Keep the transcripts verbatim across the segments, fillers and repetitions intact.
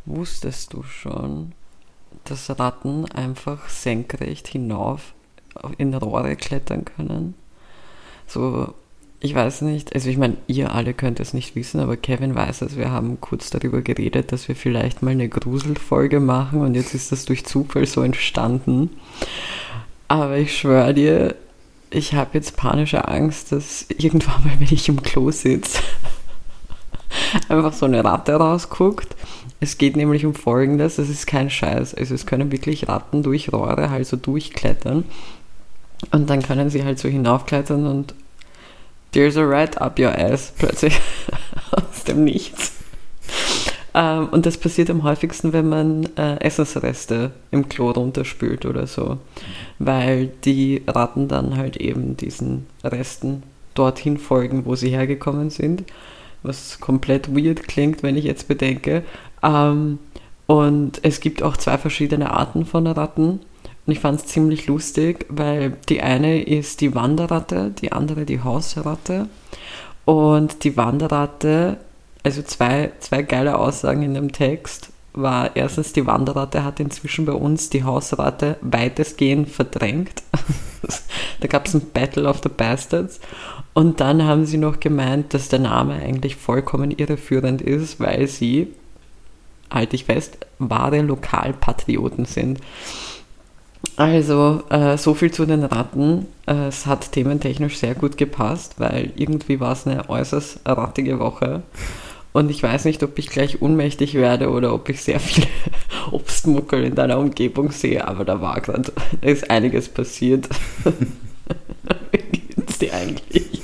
Wusstest du schon, dass Ratten einfach senkrecht hinauf in Rohre klettern können? So, ich weiß nicht, also ich meine, ihr alle könnt es nicht wissen, aber Kevin weiß es. Wir haben kurz darüber geredet, dass wir vielleicht mal eine Gruselfolge machen und jetzt ist das durch Zufall so entstanden. Aber ich schwöre dir, ich habe jetzt panische Angst, dass irgendwann mal, wenn ich im Klo sitze, einfach so eine Ratte rausguckt. Es geht nämlich um Folgendes, das ist kein Scheiß. Also es können wirklich Ratten durch Rohre halt so durchklettern und dann können sie halt so hinaufklettern und there's a rat up your ass plötzlich aus dem Nichts. Ähm, und das passiert am häufigsten, wenn man äh, Essensreste im Klo runterspült oder so, weil die Ratten dann halt eben diesen Resten dorthin folgen, wo sie hergekommen sind, was komplett weird klingt, wenn ich jetzt bedenke. Ähm, und es gibt auch zwei verschiedene Arten von Ratten. Und ich fand es ziemlich lustig, weil die eine ist die Wanderratte, die andere die Hausratte. Und die Wanderratte, also zwei, zwei geile Aussagen in dem Text, war erstens, die Wanderratte hat inzwischen bei uns die Hausratte weitestgehend verdrängt. Da gab es ein Battle of the Bastards. Und dann haben sie noch gemeint, dass der Name eigentlich vollkommen irreführend ist, weil sie, halte ich fest, wahre Lokalpatrioten sind. Also, äh, so viel zu den Ratten. Äh, es hat thementechnisch sehr gut gepasst, weil irgendwie war es eine äußerst rattige Woche. Und ich weiß nicht, ob ich gleich ohnmächtig werde oder ob ich sehr viele Obstmuckel in deiner Umgebung sehe, aber da war gerade, da ist einiges passiert. Wie geht's dir eigentlich?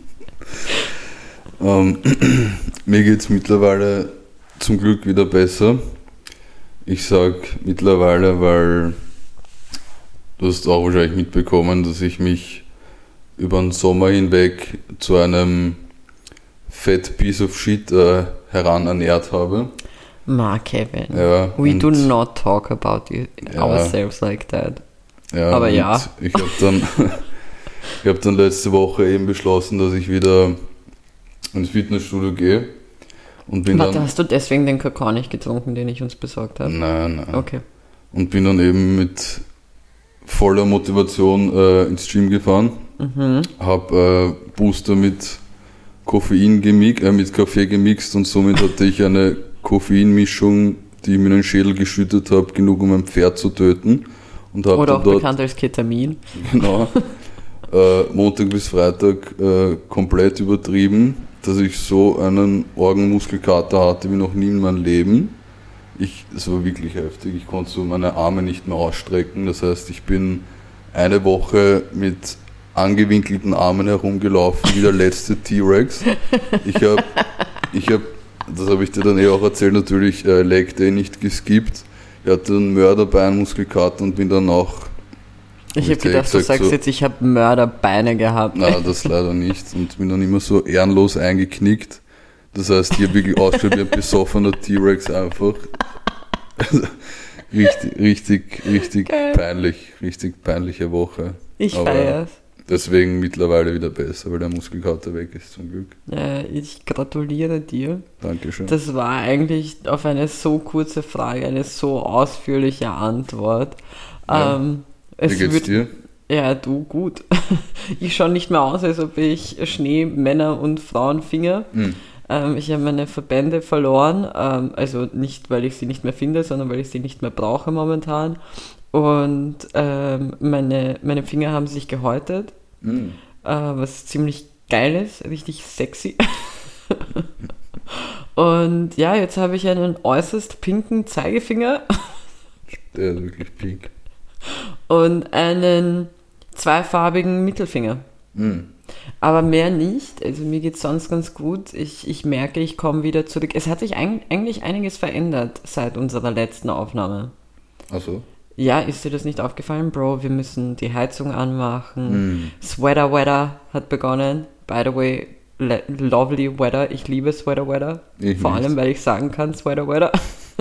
Ähm, mir geht's mittlerweile zum Glück wieder besser. Ich sag mittlerweile, weil du hast auch wahrscheinlich mitbekommen, dass ich mich über den Sommer hinweg zu einem fat piece of shit äh, heranernährt habe. Ma, Kevin, ja, we do not talk about it, ja, ourselves like that. Ja, aber ja. Ich habe dann, ich hab dann letzte Woche eben beschlossen, dass ich wieder ins Fitnessstudio gehe. Und bin Warte, dann, hast du deswegen den Kakao nicht getrunken, den ich uns besorgt habe? Nein, nein. Okay. Und bin dann eben mit voller Motivation äh, ins Gym gefahren. Mhm. Habe äh, Booster mit Koffein gemixt, äh, mit Kaffee gemixt und somit hatte ich eine Koffeinmischung, die ich mir in den Schädel geschüttet habe, genug um ein Pferd zu töten. Und hab Oder auch dort, bekannt als Ketamin. Genau. äh, Montag bis Freitag äh, komplett übertrieben, dass ich so einen Orgenmuskelkater hatte wie noch nie in meinem Leben. Ich, es war wirklich heftig. Ich konnte so meine Arme nicht mehr ausstrecken. Das heißt, ich bin eine Woche mit angewinkelten Armen herumgelaufen, wie der letzte T-Rex. Ich habe, ich hab, das habe ich dir dann eh auch erzählt, natürlich äh, Leg Day nicht geskippt. Ich hatte einen Mörderbeinmuskelkater und bin dann auch... Ich habe gedacht, gesagt, du sagst so, jetzt, ich habe Mörderbeine gehabt. Nein, das leider nicht. Und bin dann immer so ehrenlos eingeknickt. Das heißt, ich habe wirklich ausgeschaut wie ein besoffener T-Rex einfach. richtig, richtig, richtig Geil. peinlich. Richtig peinliche Woche. Ich feier's. Deswegen mittlerweile wieder besser, weil der Muskelkater weg ist, zum Glück. Ja, ich gratuliere dir. Dankeschön. Das war eigentlich auf eine so kurze Frage eine so ausführliche Antwort. Ja. Ähm, Wie geht's wird, dir? Ja, du, gut. Ich schaue nicht mehr aus, als ob ich Schnee, Männer und Frauen finger. Hm. Ähm, ich habe meine Verbände verloren. Ähm, also nicht, weil ich sie nicht mehr finde, sondern weil ich sie nicht mehr brauche momentan. Und ähm, meine, meine Finger haben sich gehäutet, hm. äh, was ziemlich geil ist, richtig sexy. Und ja, jetzt habe ich einen äußerst pinken Zeigefinger. Der ist wirklich pink. Und einen zweifarbigen Mittelfinger. Mm. Aber mehr nicht. Also mir geht es sonst ganz gut. Ich, ich merke, ich komme wieder zurück. Es hat sich ein, eigentlich einiges verändert seit unserer letzten Aufnahme. Ach so? Ja, ist dir das nicht aufgefallen, Bro? Wir müssen die Heizung anmachen. Mm. Sweater Weather hat begonnen. By the way, le- lovely weather. Ich liebe Sweater Weather. Ich Vor nicht. allem, weil ich sagen kann, Sweater Weather.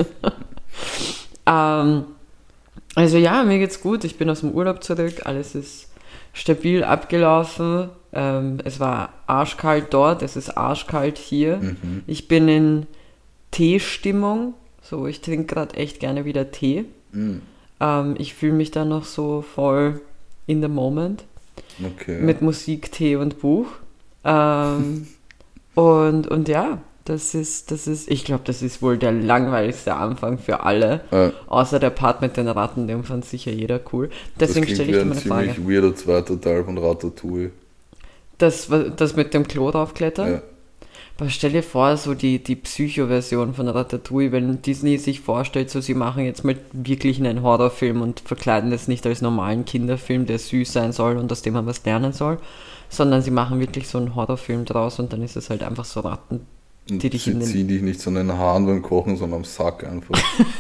ähm... Also ja, mir geht's gut. Ich bin aus dem Urlaub zurück. Alles ist stabil abgelaufen. Ähm, es war arschkalt dort. Es ist arschkalt hier. Mhm. Ich bin in Teestimmung. So, ich trinke gerade echt gerne wieder Tee. Mm. Ähm, ich fühle mich da noch so voll in the moment. Okay. Mit Musik, Tee und Buch. Ähm, und, und ja, das ist, das ist, ich glaube, das ist wohl der langweiligste Anfang für alle. Ja. Außer der Part mit den Ratten, den fand sicher jeder cool. Deswegen das stelle ich dir ein meine Frage. ziemlich weirder zweiter Teil von Ratatouille. Das, das mit dem Klo draufklettern? Ja. Aber stell dir vor, so die, die Psycho-Version von Ratatouille, wenn Disney sich vorstellt, so sie machen jetzt mal wirklich einen Horrorfilm und verkleiden das nicht als normalen Kinderfilm, der süß sein soll und aus dem man was lernen soll, sondern sie machen wirklich so einen Horrorfilm draus und dann ist es halt einfach so Ratten, Und die dich sie in den... ziehen dich nicht so an den Haaren beim Kochen, sondern am Sack einfach.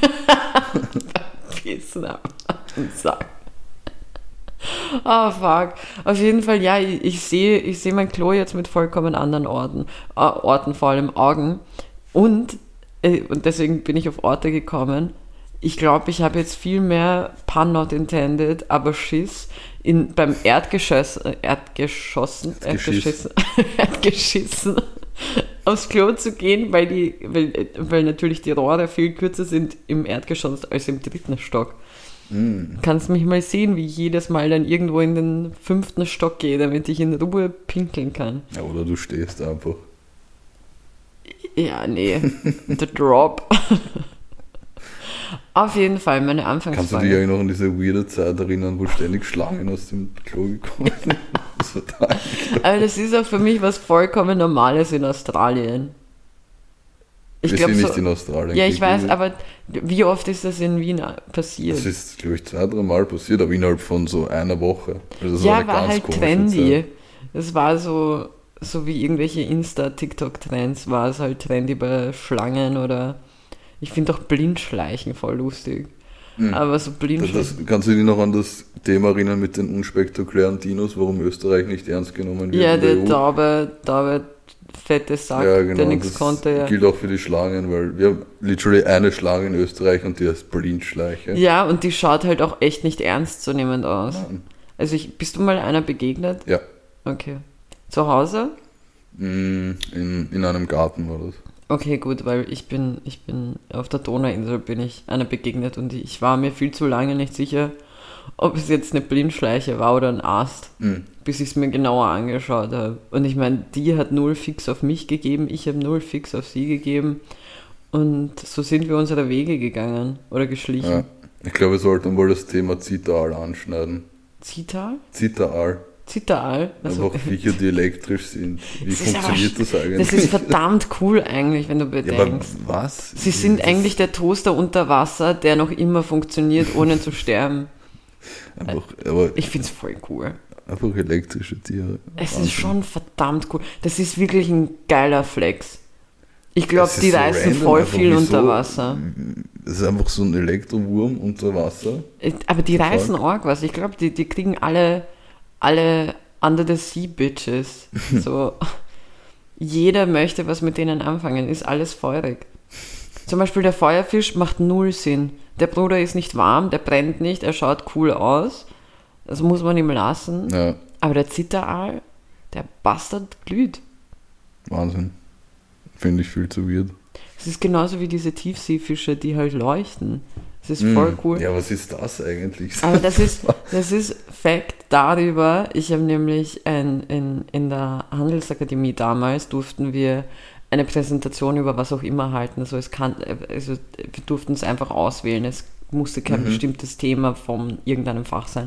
Pissen am Sack. Oh fuck. Auf jeden Fall, ja, ich, ich sehe ich sehe mein Klo jetzt mit vollkommen anderen Orten, äh, Orten, vor allem Augen. Und, äh, und deswegen bin ich auf Orte gekommen. Ich glaube, ich habe jetzt viel mehr, pun not intended, aber Schiss, in, beim Erdgeschoss, äh, Erdgeschossen, Erdgeschissen, Erdgeschissen aufs Klo zu gehen, weil, die, weil, weil natürlich die Rohre viel kürzer sind im Erdgeschoss als im dritten Stock. Mm. Kannst mich mal sehen, wie ich jedes Mal dann irgendwo in den fünften Stock gehe, damit ich in Ruhe pinkeln kann. Ja, oder du stehst einfach. Ja, nee. The Drop. Auf jeden Fall, meine Anfangsfrage. Kannst du dich eigentlich noch an diese weirde Zeit erinnern, wo ständig Schlangen aus dem Klo gekommen sind? Das war total klar. Aber das ist auch für mich was vollkommen Normales in Australien. Ich Wir glaube sind so, nicht in Australien. ja, ich gegenüber. weiß, aber wie oft ist das in Wien passiert? Das ist, glaube ich, zwei, drei Mal passiert, aber innerhalb von so einer Woche. Also das ja, eine war ganz halt komische trendy. Zeit. Es war so, so wie irgendwelche Insta-TikTok-Trends, war es halt trendy bei Schlangen oder ich finde auch Blindschleichen voll lustig. Mhm. Aber so Das, Blindschleichen. das, kannst du dich noch an das Thema erinnern mit den unspektakulären Dinos, warum Österreich nicht ernst genommen wird? Ja, in der der E U? taube, taube, fette Sack, Ja, genau, der nichts das konnte. Ja. gilt auch für die Schlangen, weil wir haben literally eine Schlange in Österreich und die heißt Blindschleiche. ja, und die schaut halt auch echt nicht ernstzunehmend aus. Nein. Also ich, bist du mal einer begegnet? Ja, Okay. Zu Hause? Mm, in, in einem Garten war das. Okay, gut, weil ich bin, ich bin auf der Donauinsel bin ich einer begegnet und ich war mir viel zu lange nicht sicher, ob es jetzt eine Blindschleiche war oder ein Ast, Mm. bis ich es mir genauer angeschaut habe. Und ich meine, die hat null Fix auf mich gegeben, ich habe null Fix auf sie gegeben und so sind wir unsere Wege gegangen oder geschlichen. Ja. Ich glaube, wir sollten wohl das Thema Zitteral anschneiden. Zital? Zitteral. Zital? Also, Einfach Viecher, die elektrisch sind. Wie das ist aber- funktioniert das eigentlich? das ist verdammt cool eigentlich, wenn du ja, aber bedenkst. was? Sie sind Das- eigentlich der Toaster unter Wasser, der noch immer funktioniert, ohne zu sterben. Einfach, aber Ich find's voll cool. einfach elektrische Tiere. Es Wahnsinn. ist schon verdammt cool. Das ist wirklich ein geiler Flex. Ich glaube, Das ist die so reißen random, voll einfach viel wieso- unter Wasser. Das ist einfach so ein Elektrowurm unter Wasser. Aber die Voll. reißen arg was. Ich glaube, die, die kriegen alle, alle under the sea bitches. So, jeder möchte was mit denen anfangen. Ist alles feurig. Zum Beispiel der Feuerfisch macht null Sinn. Der Bruder ist nicht warm, der brennt nicht, er schaut cool aus. Das muss man ihm lassen. Ja, Aber der Zitteraal, der Bastard glüht. Wahnsinn. Finde ich viel zu weird. Es ist genauso wie diese Tiefseefische, die halt leuchten. Das ist voll cool. Ja, was ist das eigentlich? Aber das ist, das ist Fact darüber. Ich habe nämlich ein, in, in der Handelsakademie damals durften wir eine Präsentation über was auch immer halten. Also es kann, also wir durften es einfach auswählen. Es musste kein Mhm. bestimmtes Thema von irgendeinem Fach sein.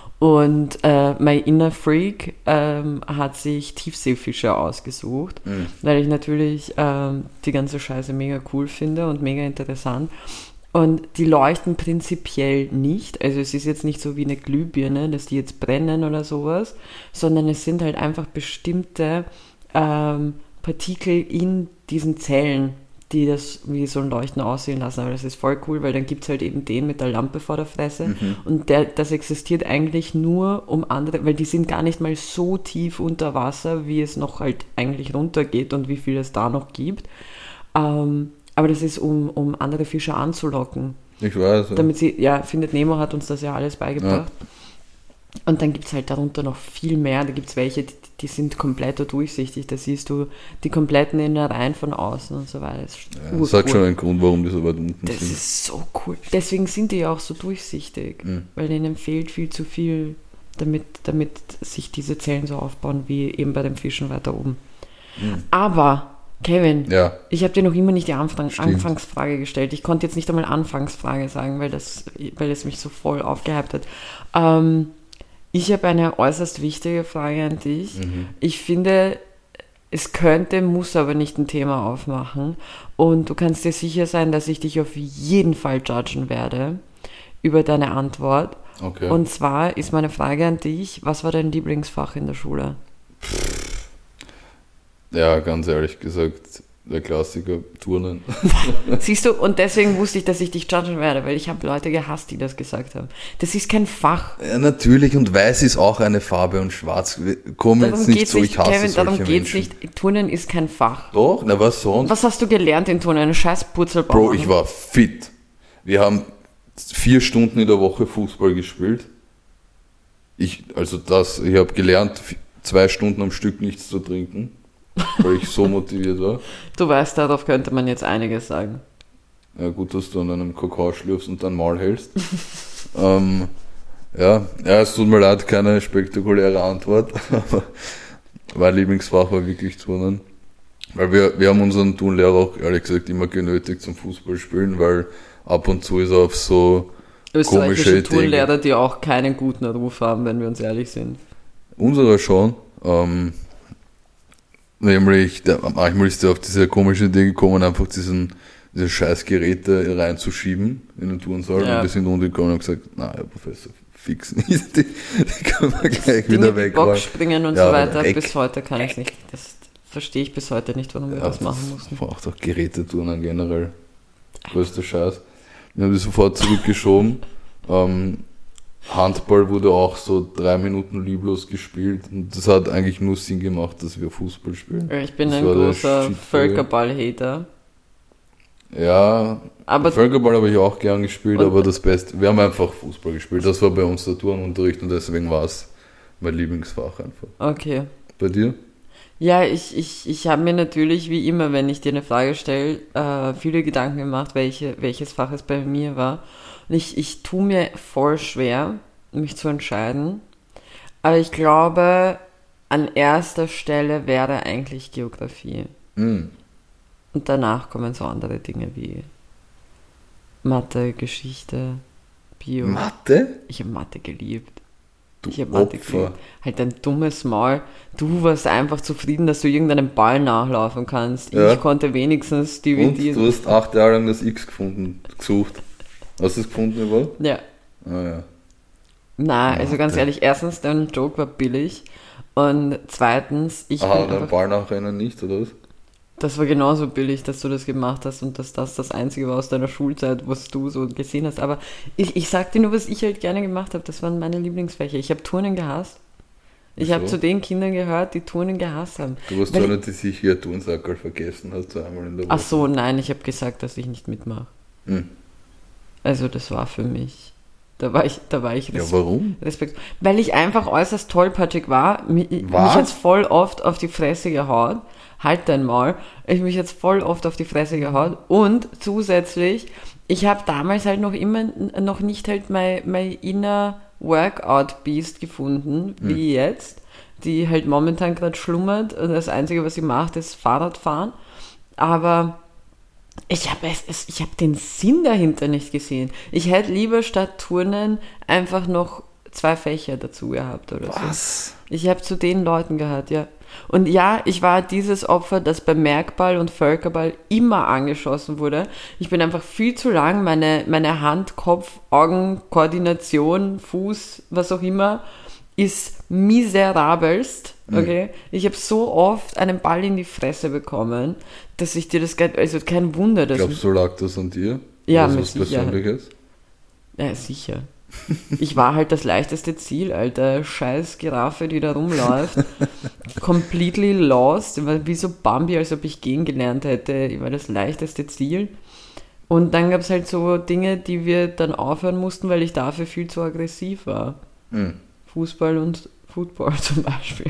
Und äh, mein Inner Freak ähm, hat sich Tiefseefische ausgesucht, Mhm. weil ich natürlich ähm, die ganze Scheiße mega cool finde und mega interessant. Und die leuchten prinzipiell nicht. Also es ist jetzt nicht so wie eine Glühbirne, dass die jetzt brennen oder sowas, sondern es sind halt einfach bestimmte ähm, Partikel in diesen Zellen, die das wie so ein Leuchten aussehen lassen. Aber das ist voll cool, weil dann gibt es halt eben den mit der Lampe vor der Fresse. Mhm. Und der, das existiert eigentlich nur um andere, weil die sind gar nicht mal so tief unter Wasser, wie es noch halt eigentlich runtergeht und wie viel es da noch gibt. Ähm, aber das ist, um, um andere Fische anzulocken. Ich weiß. Ja. Damit sie, ja, Findet Nemo hat uns das ja alles beigebracht. Und dann gibt es halt darunter noch viel mehr. Da gibt es welche, die, die sind komplett durchsichtig. Da siehst du die kompletten Innereien von außen und so weiter. Das, ja, das hat schon einen Grund, warum die so weit unten das sind. Das ist so cool. Deswegen sind die ja auch so durchsichtig, mhm. weil ihnen fehlt viel zu viel, damit, damit sich diese Zellen so aufbauen, wie eben bei den Fischen weiter oben. Mhm. Aber, Kevin, ja. ich habe dir noch immer nicht die Anfang, Anfangsfrage gestellt. Ich konnte jetzt nicht einmal Anfangsfrage sagen, weil das, weil das mich so voll aufgehypt hat. Ähm, ich habe eine äußerst wichtige Frage an dich. Mhm. Ich finde, es könnte, muss aber nicht ein Thema aufmachen. Und du kannst dir sicher sein, dass ich dich auf jeden Fall judgen werde über deine Antwort. Okay. Und zwar ist meine Frage an dich, was war dein Lieblingsfach in der Schule? Ja, ganz ehrlich gesagt, der Klassiker, Turnen. Siehst du, und deswegen wusste ich, dass ich dich judgen werde, weil ich habe Leute gehasst, die das gesagt haben. Das ist kein Fach. Ja, natürlich, und weiß ist auch eine Farbe und schwarz. Komm jetzt nicht so, ich hasse Kevin, solche darum geht's Menschen. nicht. Turnen ist kein Fach. Doch, na was sonst? Was hast du gelernt in Turnen? Eine scheiß Purzelbauer. Bro, ich war fit. Wir haben vier Stunden in der Woche Fußball gespielt. Ich, also das, ich habe gelernt, zwei Stunden am Stück nichts zu trinken, weil ich so motiviert war. Du weißt, darauf könnte man jetzt einiges sagen. Ja, gut, dass du an einem Kakao schlürfst und dann Maul hältst. ähm, ja, ja, es tut mir leid, keine spektakuläre Antwort, aber mein Lieblingsfach war wirklich Turnen. Weil wir, wir haben unseren Turnlehrer auch ehrlich gesagt immer genötigt zum Fußballspielen, weil ab und zu ist er auf so österreichische komische Turnlehrer, die auch keinen guten Ruf haben, wenn wir uns ehrlich sind. Unserer schon. Ähm, nämlich, der, manchmal ist er auf diese komische Idee gekommen, einfach diesen, diese scheiß Geräte reinzuschieben in den Turnsaal. Ja. Und wir sind runtergekommen und haben gesagt, na, Herr Professor, fix nicht, die, die können wir gleich Dinge wieder wie wegräumen. Boxspringen und Ja, so weiter, weg. bis heute kann ich es nicht. Das verstehe ich bis heute nicht, warum wir Ja, das machen mussten. Braucht auch Geräteturnen generell. Größter Scheiß. Wir haben die sofort zurückgeschoben. ähm, Handball wurde auch so drei Minuten lieblos gespielt und das hat eigentlich nur Sinn gemacht, dass wir Fußball spielen. Ich bin Das ein war der großer Shit- Völkerball-Hater. Ja, Aber Völkerball habe ich auch gern gespielt, Und- aber das Beste, wir haben einfach Fußball gespielt. Das war bei uns der Turnunterricht und deswegen war es mein Lieblingsfach einfach. okay. Bei dir? Ja, ich, ich, ich habe mir natürlich, wie immer, wenn ich dir eine Frage stelle, äh, viele Gedanken gemacht, welche, welches Fach es bei mir war. Und ich, ich tue mir voll schwer, mich zu entscheiden. Aber ich glaube, an erster Stelle wäre eigentlich Geografie. Hm. Und danach kommen so andere Dinge wie Mathe, Geschichte, Bio. Mathe? Ich habe Mathe geliebt. Du Ich habe Mathe Opfer. geliebt. Halt ein dummes Maul. Du warst einfach zufrieden, dass du irgendeinen Ball nachlaufen kannst. Ja. Ich konnte wenigstens Und dividieren. du hast acht Jahre lang das X gefunden, gesucht. Hast du es gefunden überhaupt? Ja. Ah ja. Na, also ganz Mathe. ehrlich, erstens, dein Joke war billig. Und zweitens, ich Aha, bin dein einfach, Ball nachrennen nicht, oder was? das war genauso billig, dass du das gemacht hast und dass das das Einzige war aus deiner Schulzeit, was du so gesehen hast. Aber ich, ich sag dir nur, was ich halt gerne gemacht habe. Das waren meine Lieblingsfächer. Ich habe Turnen gehasst. Ich habe Wieso? zu den Kindern gehört, die Turnen gehasst haben. Du warst Weil so ich- eine, die sich ihr Turnsackerl vergessen hat, so einmal in der Woche. Ach so, nein, ich habe gesagt, dass ich nicht mitmache. Hm. Also das war für mich, da war ich, da war ich Ja, res warum? Respekt, weil ich einfach äußerst tollpatschig war. Mich, mich Was? hat's voll oft auf die Fresse gehauen. Halt dein Maul. Ich mich jetzt voll oft auf die Fresse gehauen. Und zusätzlich, ich habe damals halt noch immer n- noch nicht halt mein, mein inner Workout Beast gefunden, wie jetzt, die halt momentan gerade schlummert und das Einzige, was sie macht, ist Fahrradfahren. Aber ich habe es, es, ich habe den Sinn dahinter nicht gesehen. Ich hätte lieber statt Turnen einfach noch zwei Fächer dazu gehabt oder so. Was? Ich habe zu den Leuten gehört, ja. Und ja, ich war dieses Opfer, das beim Merkball und Völkerball immer angeschossen wurde. Ich bin einfach viel zu lang, meine, meine Hand, Kopf, Augen, Koordination, Fuß, was auch immer, ist miserabelst. Okay? Ich habe so oft einen Ball in die Fresse bekommen, dass ich dir das, gar- also kein Wunder, dass Glaubst du, lag das an dir? Ja, Oder mit ist was Sicherheit. Persönliches? Ja, sicher. Ich war halt das leichteste Ziel, Alter. Scheiß Giraffe, die da rumläuft. Completely lost. Ich war wie so Bambi, als ob ich gehen gelernt hätte. Ich war das leichteste Ziel. Und dann gab es halt so Dinge, die wir dann aufhören mussten, weil ich dafür viel zu aggressiv war. Hm. Fußball und Football zum Beispiel.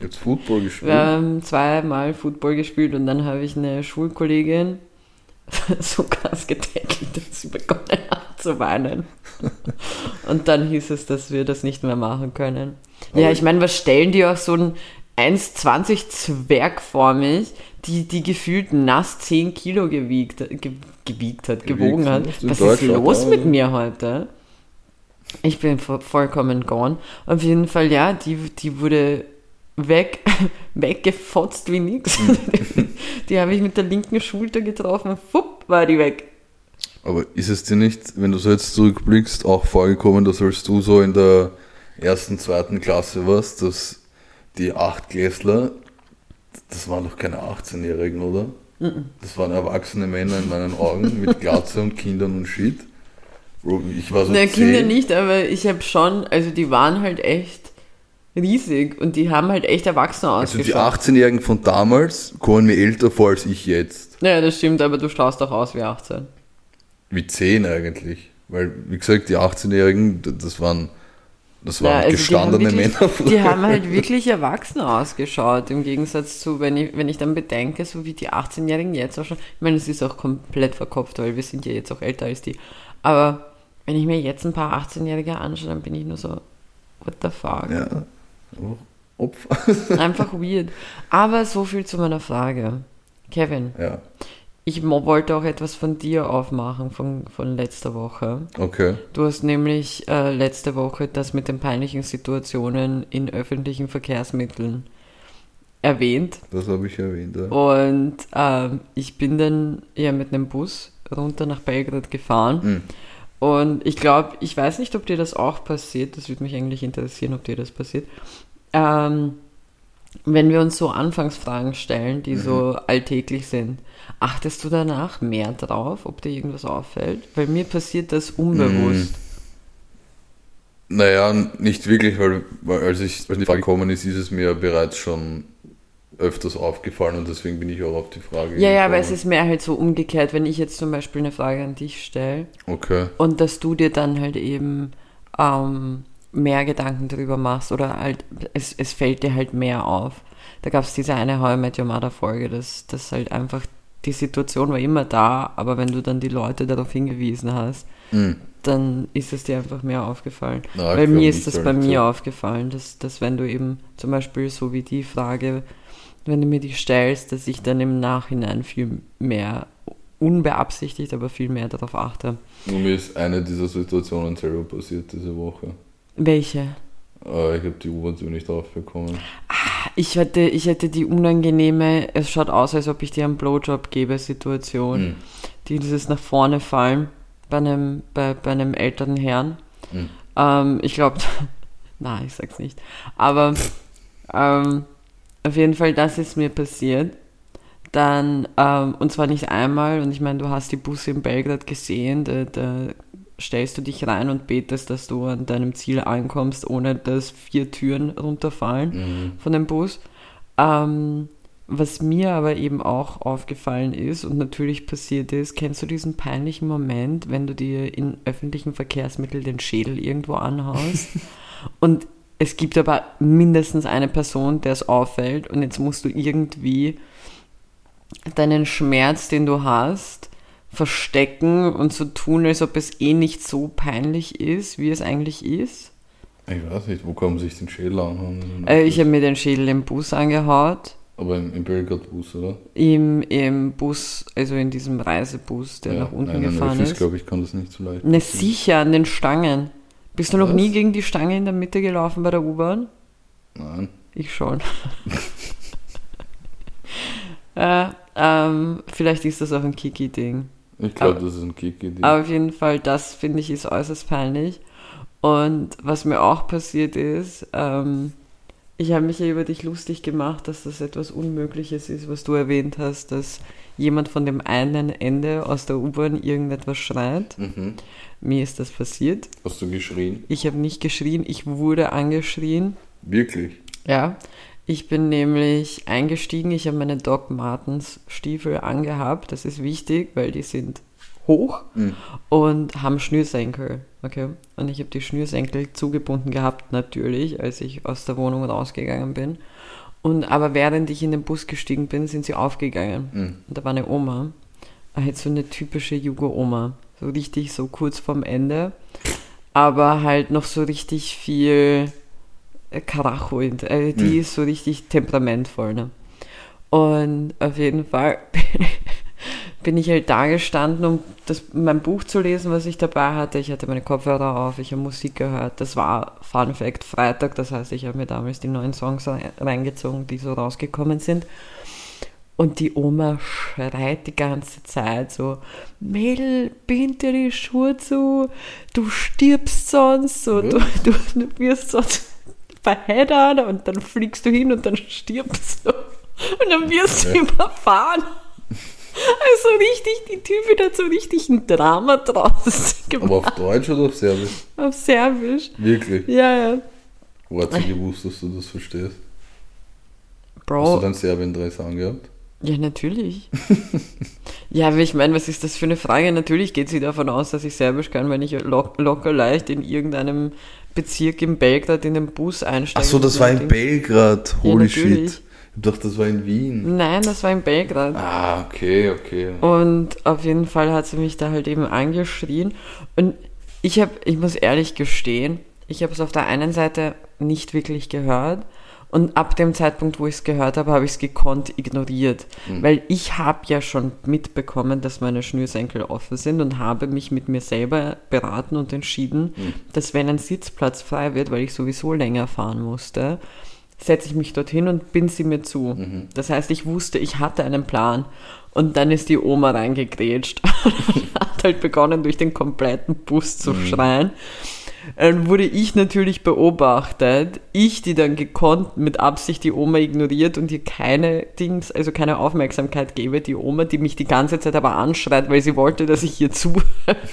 Jetzt Football gespielt? Wir haben zweimal Football gespielt und dann habe ich eine Schulkollegin so krass getackelt, dass sie begonnen hat zu weinen. Und dann hieß es, dass wir das nicht mehr machen können. Aber ja, ich meine, was stellen die auch so ein eins zwanzig Zwerg vor mich, die, die gefühlt nass zehn Kilo gewiegt, ge, gewiegt hat, gewogen hat. Was ist los mit mir heute? Ich bin vollkommen gone. Auf jeden Fall, ja, die, die wurde weg, weggefotzt wie nix. Die habe ich mit der linken Schulter getroffen, fupp, war die weg. Aber ist es dir nicht, wenn du so jetzt zurückblickst, auch vorgekommen, dass als du so in der ersten, zweiten Klasse warst, dass die Achtklässler, das waren doch keine achtzehnjährigen, oder? Mm-mm. Das waren erwachsene Männer in meinen Augen mit Glatze und Kindern und Shit. Ich war so Na, Kinder nicht, aber ich habe schon, also die waren halt echt riesig und die haben halt echt erwachsen ausgeschaut. Also die achtzehnjährigen von damals kommen mir älter vor als ich jetzt. Ja, das stimmt, aber du schaust doch aus wie achtzehn. Wie zehn eigentlich. Weil, wie gesagt, die achtzehnjährigen, das waren, das waren ja, also gestandene die wirklich, Männer. Die haben halt wirklich erwachsen ausgeschaut, im Gegensatz zu, wenn ich, wenn ich dann bedenke, so wie die achtzehnjährigen jetzt auch schon, ich meine, es ist auch komplett verkopft, weil wir sind ja jetzt auch älter als die, aber wenn ich mir jetzt ein paar achtzehnjährige anschaue, dann bin ich nur so, what the fuck? Ja, Opfer. Einfach weird. Aber so viel zu meiner Frage. Kevin, ja. Ich wollte auch etwas von dir aufmachen, von, von letzter Woche. Okay. Du hast nämlich äh, letzte Woche das mit den peinlichen Situationen in öffentlichen Verkehrsmitteln erwähnt. Das habe ich erwähnt, ja. Und ähm, ich bin dann ja mit einem Bus runter nach Belgrad gefahren. Mhm. Und ich glaube, ich weiß nicht, ob dir das auch passiert, das würde mich eigentlich interessieren, ob dir das passiert. Ähm, wenn wir uns so Anfangsfragen stellen, die mhm. so alltäglich sind, achtest du danach mehr drauf, ob dir irgendwas auffällt? Weil mir passiert das unbewusst. Mhm. Naja, nicht wirklich, weil, weil als ich als die Frage gekommen ist, ist es mir bereits schon öfters aufgefallen und deswegen bin ich auch auf die Frage Ja, gekommen. Ja, aber es ist mehr halt so umgekehrt, wenn ich jetzt zum Beispiel eine Frage an dich stelle okay. und dass du dir dann halt eben ähm, mehr Gedanken darüber machst oder halt, es, es fällt dir halt mehr auf. Da gab es diese eine How I Met Your Mother Folge, dass, dass halt einfach die Situation war immer da, aber wenn du dann die Leute darauf hingewiesen hast, mhm. dann ist es dir einfach mehr aufgefallen. Na, Weil mir ist das bei mir so. aufgefallen, dass, dass wenn du eben zum Beispiel so wie die Frage, wenn du mir die stellst, dass ich dann im Nachhinein viel mehr, unbeabsichtigt, aber viel mehr darauf achte. Nur mir ist eine dieser Situationen selber passiert diese Woche. Welche? Äh, ich habe die U-Bahn nicht aufbekommen. Ah, ich hatte, ich hatte die unangenehme, es schaut aus, als ob ich dir einen Blowjob gebe, Situation. Mhm. Dieses nach vorne fallen bei einem, bei, bei einem älteren Herrn. Mhm. Ähm, ich glaube, nein, ich sag's nicht. Aber ähm, auf jeden Fall, das ist mir passiert. Dann, ähm, und zwar nicht einmal, und ich meine, du hast die Busse in Belgrad gesehen, da, da stellst du dich rein und betest, dass du an deinem Ziel ankommst, ohne dass vier Türen runterfallen mhm. von dem Bus. Ähm, was mir aber eben auch aufgefallen ist und natürlich passiert ist, kennst du diesen peinlichen Moment, wenn du dir in öffentlichen Verkehrsmitteln den Schädel irgendwo anhaust und es gibt aber mindestens eine Person, der es auffällt und jetzt musst du irgendwie deinen Schmerz, den du hast, verstecken und so tun, als ob es eh nicht so peinlich ist, wie es eigentlich ist. Ich weiß nicht, wo kann man sich den Schädel anhauen? Äh, ich habe mir den Schädel im Bus angehaut. Aber im, im Belgrad-Bus, oder? Im, Im Bus, also in diesem Reisebus, der ja, nach unten nein, gefahren Öffis, ist. glaube ich, kann das nicht so leicht. Ne, sicher, an den Stangen. Bist du Was? noch nie gegen die Stange in der Mitte gelaufen bei der U-Bahn? Nein. Ich schon. äh, ähm, vielleicht ist das auch ein Kiki-Ding. Ich glaube, das ist ein Kiki-Ding. Aber auf jeden Fall, das finde ich ist äußerst peinlich. Und was mir auch passiert ist, ähm, ich habe mich ja über dich lustig gemacht, dass das etwas Unmögliches ist, was du erwähnt hast, dass jemand von dem einen Ende aus der U-Bahn irgendetwas schreit. Mhm. Mir ist das passiert. Hast du geschrien? Ich habe nicht geschrien, ich wurde angeschrien. Wirklich? Ja. Ich bin nämlich eingestiegen, ich habe meine Doc Martens Stiefel angehabt, das ist wichtig, weil die sind hoch mhm. und haben Schnürsenkel, okay? Und ich habe die Schnürsenkel zugebunden gehabt, natürlich, als ich aus der Wohnung rausgegangen bin. Und aber während ich in den Bus gestiegen bin, sind sie aufgegangen. Mhm. Und da war eine Oma, halt so eine typische Jugo-Oma, so richtig so kurz vorm Ende, aber halt noch so richtig viel Karacho, äh, die Mhm. ist so richtig temperamentvoll, ne? Und auf jeden Fall bin ich halt da gestanden, um das, mein Buch zu lesen, was ich dabei hatte. Ich hatte meine Kopfhörer auf, ich habe Musik gehört. Das war, Fun Fact, Freitag, das heißt, ich habe mir damals die neuen Songs reingezogen, die so rausgekommen sind. Und die Oma schreit die ganze Zeit so, Mädel, bind dir die Schuhe zu, du stirbst sonst, so, du, du, du wirst sonst verheddern und dann fliegst du hin und dann stirbst du. Und dann wirst du Ja. überfahren. Also richtig, die Typen hat so richtig ein Drama draus gemacht. Aber auf Deutsch oder auf Serbisch? Auf Serbisch. Wirklich? Ja, ja. Wo hat sie gewusst, dass du das verstehst? Hast du Bro, dann Serbien-Dress angehabt? ja, natürlich. Ja, aber ich meine, was ist das für eine Frage? Natürlich geht sie davon aus, dass ich Serbisch kann, wenn ich lock, locker leicht in irgendeinem Bezirk in Belgrad in den Bus einsteige. Achso, das war in Belgrad. Ja, Holy natürlich. shit. Ich dachte, das war in Wien. Nein, das war in Belgrad. Ah, okay, okay. Und auf jeden Fall hat sie mich da halt eben angeschrien. Und ich habe, ich muss ehrlich gestehen, ich habe es auf der einen Seite nicht wirklich gehört. Und ab dem Zeitpunkt, wo ich es gehört habe, habe ich es gekonnt ignoriert. Mhm. Weil ich habe ja schon mitbekommen, dass meine Schnürsenkel offen sind und habe mich mit mir selber beraten und entschieden, Mhm. dass wenn ein Sitzplatz frei wird, weil ich sowieso länger fahren musste, setze ich mich dorthin und bin sie mir zu. Mhm. Das heißt, ich wusste, ich hatte einen Plan. Und dann ist die Oma reingegrätscht und hat halt begonnen, durch den kompletten Bus zu Mhm. schreien. Dann wurde ich natürlich beobachtet. Ich, die dann gekonnt mit Absicht die Oma ignoriert und ihr keine Dings, also keine Aufmerksamkeit gebe. Die Oma, die mich die ganze Zeit aber anschreit, weil sie wollte, dass ich ihr zuhöre.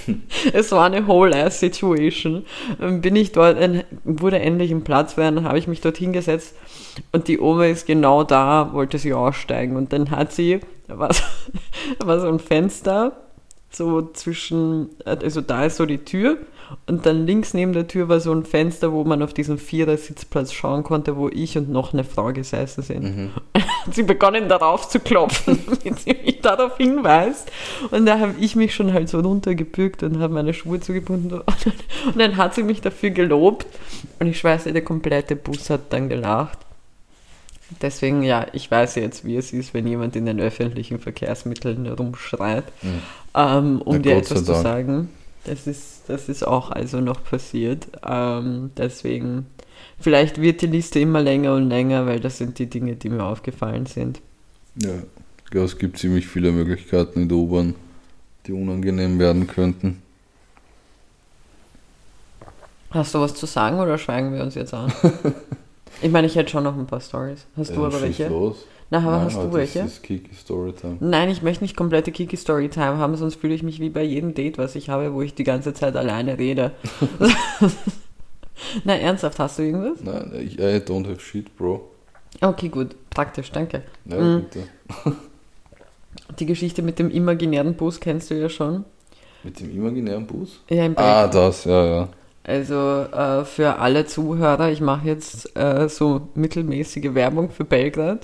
Es war eine whole-ass-Situation. Dann bin ich dort, dann wurde endlich ein Platz frei, dann habe ich mich dort hingesetzt und die Oma ist genau da, wollte sie aussteigen. Und dann hat sie, da war so, da war so ein Fenster, so zwischen, also da ist so die Tür und dann links neben der Tür war so ein Fenster, wo man auf diesen Vierer-Sitzplatz schauen konnte, wo ich und noch eine Frau gesessen sind. Mhm. Hat sie begonnen darauf zu klopfen, damit sie mich darauf hinweist. Und da habe ich mich schon halt so runtergebückt und habe meine Schuhe zugebunden. Und dann, und dann hat sie mich dafür gelobt und ich schwöre, der komplette Bus hat dann gelacht. Deswegen, ja, ich weiß jetzt, wie es ist, wenn jemand in den öffentlichen Verkehrsmitteln rumschreit, Mhm. ähm, um Na, dir Gott sei etwas zu Dank. sagen. Das ist, das ist auch also noch passiert. Ähm, deswegen, vielleicht wird die Liste immer länger und länger, weil das sind die Dinge, die mir aufgefallen sind. Ja, ich glaube, es gibt ziemlich viele Möglichkeiten in der U-Bahn, die unangenehm werden könnten. Hast du was zu sagen oder schweigen wir uns jetzt an? Ich meine, ich hätte schon noch ein paar Storys. Hast du Ja, aber schieß welche? los. Na, aber Nein, hast du heute welche? ist das Kiki Storytime. Nein, ich möchte nicht komplette Kiki-Story-Time haben, sonst fühle ich mich wie bei jedem Date, was ich habe, wo ich die ganze Zeit alleine rede. Na, ernsthaft, hast du irgendwas? Nein, ich I don't have shit, bro. Okay, gut. Praktisch, danke. Ja, Mhm. bitte. Die Geschichte mit dem imaginären Bus kennst du ja schon. Mit dem imaginären Bus? Ja, im Ah, Belgien. das, ja, ja. Also äh, für alle Zuhörer, ich mache jetzt äh, so mittelmäßige Werbung für Belgrad.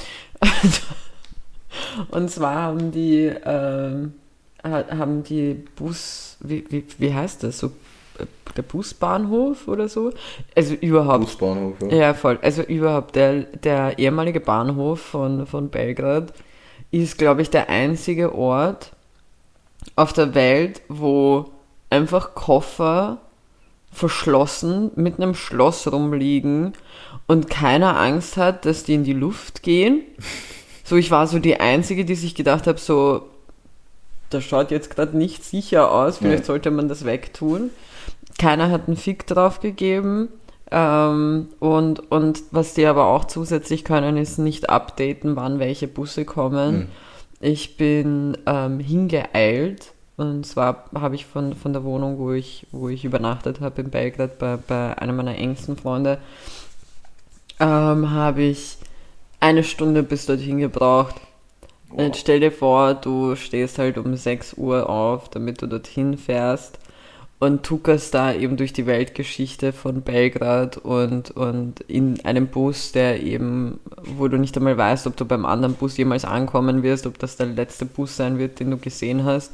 Und zwar haben die, ähm, ha- haben die Bus, wie, wie, wie heißt das, so äh, der Busbahnhof oder so? Also überhaupt, Busbahnhof, ja. ja voll, also überhaupt der, der ehemalige Bahnhof von, von Belgrad ist, glaube ich, der einzige Ort auf der Welt, wo einfach Koffer verschlossen mit einem Schloss rumliegen und keiner Angst hat, dass die in die Luft gehen. So, ich war so die Einzige, die sich gedacht hat, so, das schaut jetzt gerade nicht sicher aus, vielleicht Ja. sollte man das wegtun. Keiner hat einen Fick drauf gegeben. Ähm, und, und was die aber auch zusätzlich können, ist nicht updaten, wann welche Busse kommen. Mhm. Ich bin ähm, hingeeilt. Und zwar habe ich von, von der Wohnung, wo ich, wo ich übernachtet habe in Belgrad, bei, bei einem meiner engsten Freunde, ähm, habe ich eine Stunde bis dorthin gebraucht. Und jetzt stell dir vor, du stehst halt um sechs Uhr auf, damit du dorthin fährst. und tuckerst da eben durch die Weltgeschichte von Belgrad und, und in einem Bus, der eben, wo du nicht einmal weißt, ob du beim anderen Bus jemals ankommen wirst, ob das der letzte Bus sein wird, den du gesehen hast.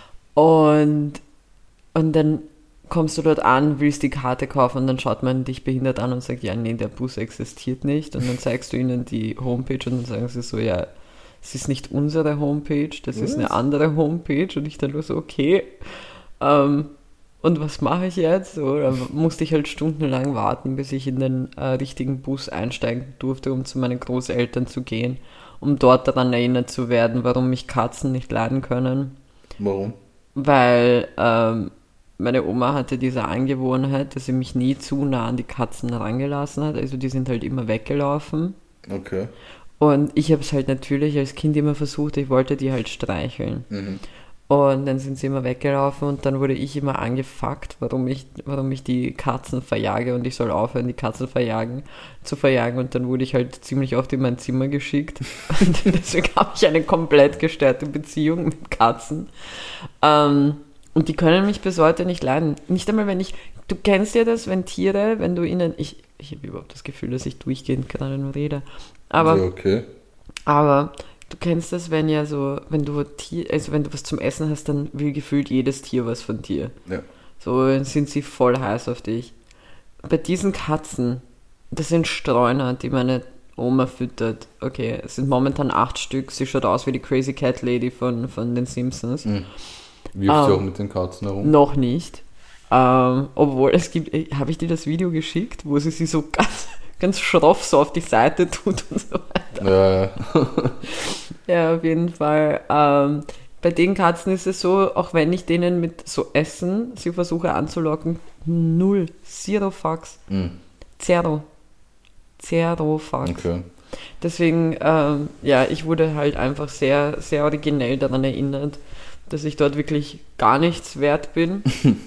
Und, und dann kommst du dort an, willst die Karte kaufen und dann schaut man dich behindert an und sagt, ja, nee, der Bus existiert nicht. Und dann zeigst du ihnen die Homepage und dann sagen sie so, ja, es ist nicht unsere Homepage, das was? ist eine andere Homepage. Und ich dann nur so, okay, ähm, und was mache ich jetzt? So, da musste ich halt stundenlang warten, bis ich in den äh, richtigen Bus einsteigen durfte, um zu meinen Großeltern zu gehen, um dort daran erinnert zu werden, warum mich Katzen nicht leiden können. Warum? Weil ähm, meine Oma hatte diese Angewohnheit, dass sie mich nie zu nah an die Katzen herangelassen hat. Also die sind halt immer weggelaufen. Okay. Und ich habe es halt natürlich als Kind immer versucht, ich wollte die halt streicheln. Mhm. Und dann sind sie immer weggelaufen und dann wurde ich immer angefuckt, warum ich, warum ich die Katzen verjage und ich soll aufhören, die Katzen verjagen, zu verjagen. Und dann wurde ich halt ziemlich oft in mein Zimmer geschickt. Und deswegen habe ich eine komplett gestörte Beziehung mit Katzen. Ähm, und die können mich bis heute nicht leiden. Nicht einmal, wenn ich, du kennst ja das, wenn Tiere, wenn du ihnen, ich, ich habe überhaupt das Gefühl, dass ich durchgehend gerade nur rede. Aber, ja, okay. aber du kennst das, wenn ja so, wenn du Tier, also wenn du was zum Essen hast, dann will gefühlt jedes Tier was von dir. Ja. So dann sind sie voll heiß auf dich. Bei diesen Katzen, das sind Streuner, die meine Oma füttert. Okay, es sind momentan acht Stück. Sie schaut aus wie die Crazy Cat Lady von, von den Simpsons. Mhm. Wirft sie ähm, auch mit den Katzen herum? Noch nicht. Ähm, obwohl es gibt, habe ich dir das Video geschickt, wo sie sie so ganz, ganz schroff so auf die Seite tut und so weiter. Ja, ja. Ja, auf jeden Fall. Ähm, bei den Katzen ist es so, auch wenn ich denen mit so Essen sie versuche anzulocken, null, zero fucks. Mhm. Zero. Zero fucks. Okay. Deswegen, ähm, ja, ich wurde halt einfach sehr, sehr originell daran erinnert, dass ich dort wirklich gar nichts wert bin.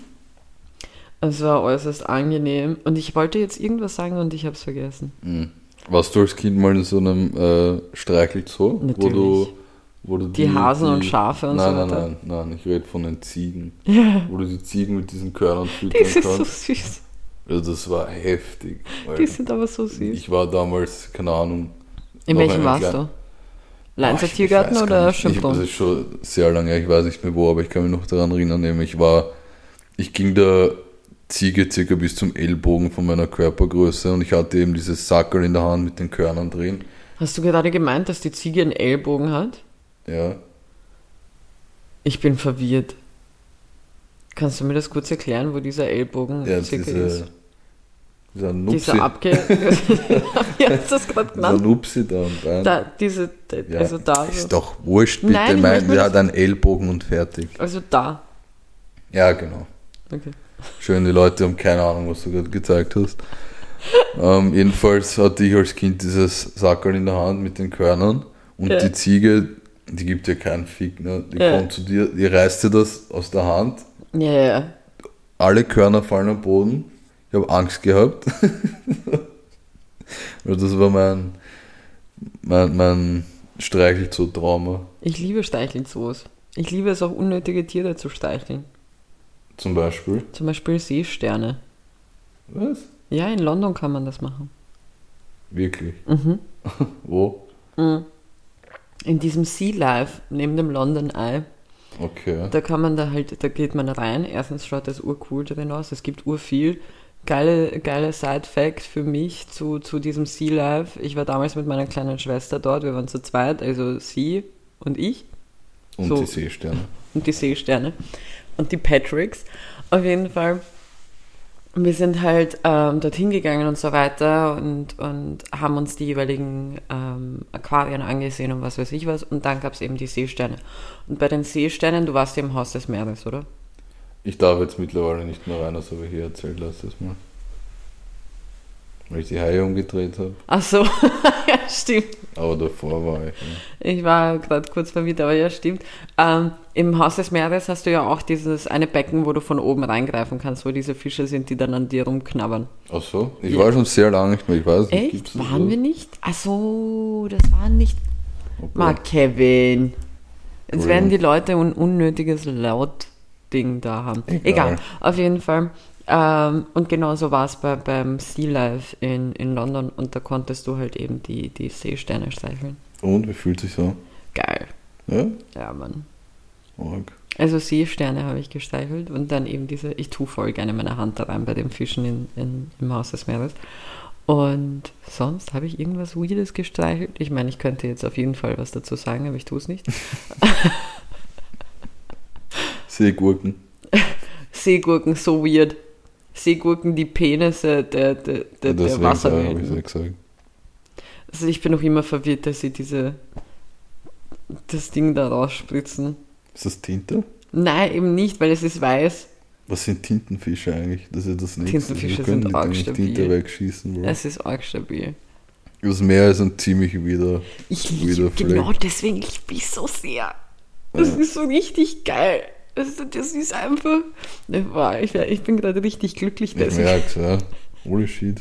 Es war äußerst angenehm. Und ich wollte jetzt irgendwas sagen und ich habe es vergessen. Mhm. Warst du als Kind mal in so einem äh, Streichelzoo? Natürlich. Wo du, wo du die, die Hasen die, und Schafe und nein, so weiter? Nein, nein, nein, ich rede von den Ziegen. Ja. Wo du die Ziegen mit diesen Körnern füttern kannst. kannst. Das ist so süß. Also das war heftig. Die sind aber so süß. Ich war damals, keine Ahnung. In welchem warst klein... du? Leinzer oh, Tiergarten oder Schönbrunn? Das ist schon sehr lange her, ich weiß nicht mehr wo, aber ich kann mich noch daran erinnern, ich war, ich ging der Ziege circa bis zum Ellbogen von meiner Körpergröße und ich hatte eben dieses Sackerl in der Hand mit den Körnern drin. Hast du gerade gemeint, dass die Ziege einen Ellbogen hat? Ja. Ich bin verwirrt. Kannst du mir das kurz erklären, wo dieser Ellbogen ja, circa diese, ist? Dieser Nupsi. Dieser Abge... Wie hast du das gerade genannt? Dieser Nupsi da und rein. Da, diese, ja, also da. Ist doch wurscht, bitte. Nein, mein, der hat einen Ellbogen und fertig. Also da. Ja, genau. Okay. Schön, die Leute haben keine Ahnung, was du gerade gezeigt hast. ähm, jedenfalls hatte ich als Kind dieses Sackerl in der Hand mit den Körnern und ja. Die Ziege, die gibt dir keinen Fick, ne? Die ja. kommt zu dir, die reißt dir das aus der Hand. Ja, ja. Alle Körner fallen am Boden. Ich habe Angst gehabt. Das war mein, mein, mein Streichelzoo-Trauma. Ich liebe Streichelzoos. Ich liebe es auch, unnötige Tiere zu streicheln. Zum Beispiel? Zum Beispiel Seesterne. Was? Ja, in London kann man das machen. Wirklich? Mhm. Wo? Mhm. In diesem Sea Life neben dem London Eye. Okay. Da kann man da halt, da geht man rein. Erstens schaut das urcool drin aus. Es gibt urviel. Geile, geile Side-Fact für mich zu, zu diesem Sea Life. Ich war damals mit meiner kleinen Schwester dort. Wir waren zu zweit, also sie und ich. Und so, die Seesterne. Und die Seesterne. Und die Patricks. Auf jeden Fall. Wir sind halt ähm, dorthin gegangen und so weiter und, und haben uns die jeweiligen ähm, Aquarien angesehen und was weiß ich was. Und dann gab es eben die Seesterne. Und bei den Seesternen, du warst ja im Haus des Meeres, oder? Ich darf jetzt mittlerweile nicht mehr rein, das habe ich hier erzählt letztes Mal. Weil ich die Haie umgedreht habe. Ach so, ja, stimmt. Aber davor war ich. Ja. Ich war gerade kurz verwirrt, aber ja, stimmt. Ähm, Im Haus des Meeres hast du ja auch dieses eine Becken, wo du von oben reingreifen kannst, wo diese Fische sind, die dann an dir rumknabbern. Ach so? Ich ja. war schon sehr lange nicht mehr, ich weiß nicht. Echt? Waren so? wir nicht? Ach so, das waren nicht... Okay. Mark Kevin. Jetzt werden die Leute ein unnötiges Laut Ding da haben. Egal. Egal, auf jeden Fall. Ähm, und genauso war es bei, beim Sea Life in, in London und da konntest du halt eben die, die Seesterne streicheln. Und, wie fühlt sich so? Geil. Ja? Ja, Mann. Org. Also Seesterne habe ich gestreichelt und dann eben diese, ich tue voll gerne meine Hand da rein bei den Fischen in, in, im Haus des Meeres. Und sonst habe ich irgendwas Weirdes gestreichelt. Ich meine, ich könnte jetzt auf jeden Fall was dazu sagen, aber ich tue es nicht. Seegurken. Seegurken, so weird. Seegurken, die Penisse der, der, der, Ja, der deswegen habe ich Wasserwelten. es ja gesagt. Also ich bin noch immer verwirrt, dass sie diese das Ding da rausspritzen. Ist das Tinte? Nein, eben nicht, weil es ist weiß. Was sind Tintenfische eigentlich? Das ist ja das nächste. Tintenfische Wir können sind nicht arg eigentlich stabil. Tinte wegschießen. Bro. Es ist arg stabil. Das Meer ist ein ziemlich wieder. Ich wieder liebe, Fleck. genau deswegen liebe ich so sehr. Das Ja. ist so richtig geil. Das, das ist einfach. Wow, ich, ich bin gerade richtig glücklich Ich deswegen. merk's, ja. Holy shit.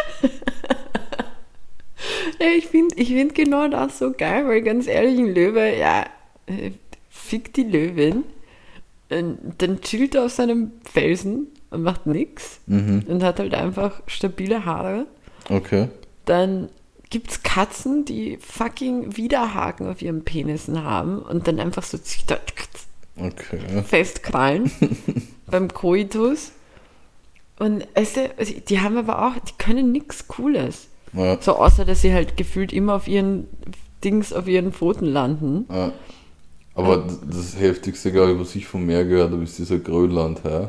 Ja, ich finde ich find genau das so geil, weil ganz ehrlich, ein Löwe, ja, äh, fick die Löwin, äh, dann chillt er auf seinem Felsen und macht nix Mhm. und hat halt einfach stabile Haare. Okay. Dann gibt's Katzen, die fucking Widerhaken auf ihren Penissen haben und dann einfach so Okay. festkrallen beim Koitus. Und also, die haben aber auch, die können nix Cooles. Ja. So außer, dass sie halt gefühlt immer auf ihren Dings, auf ihren Pfoten landen. Ja. Aber d- das Heftigste, glaube ich, was ich vom Meer gehört habe, ist dieser Grönland-Hai.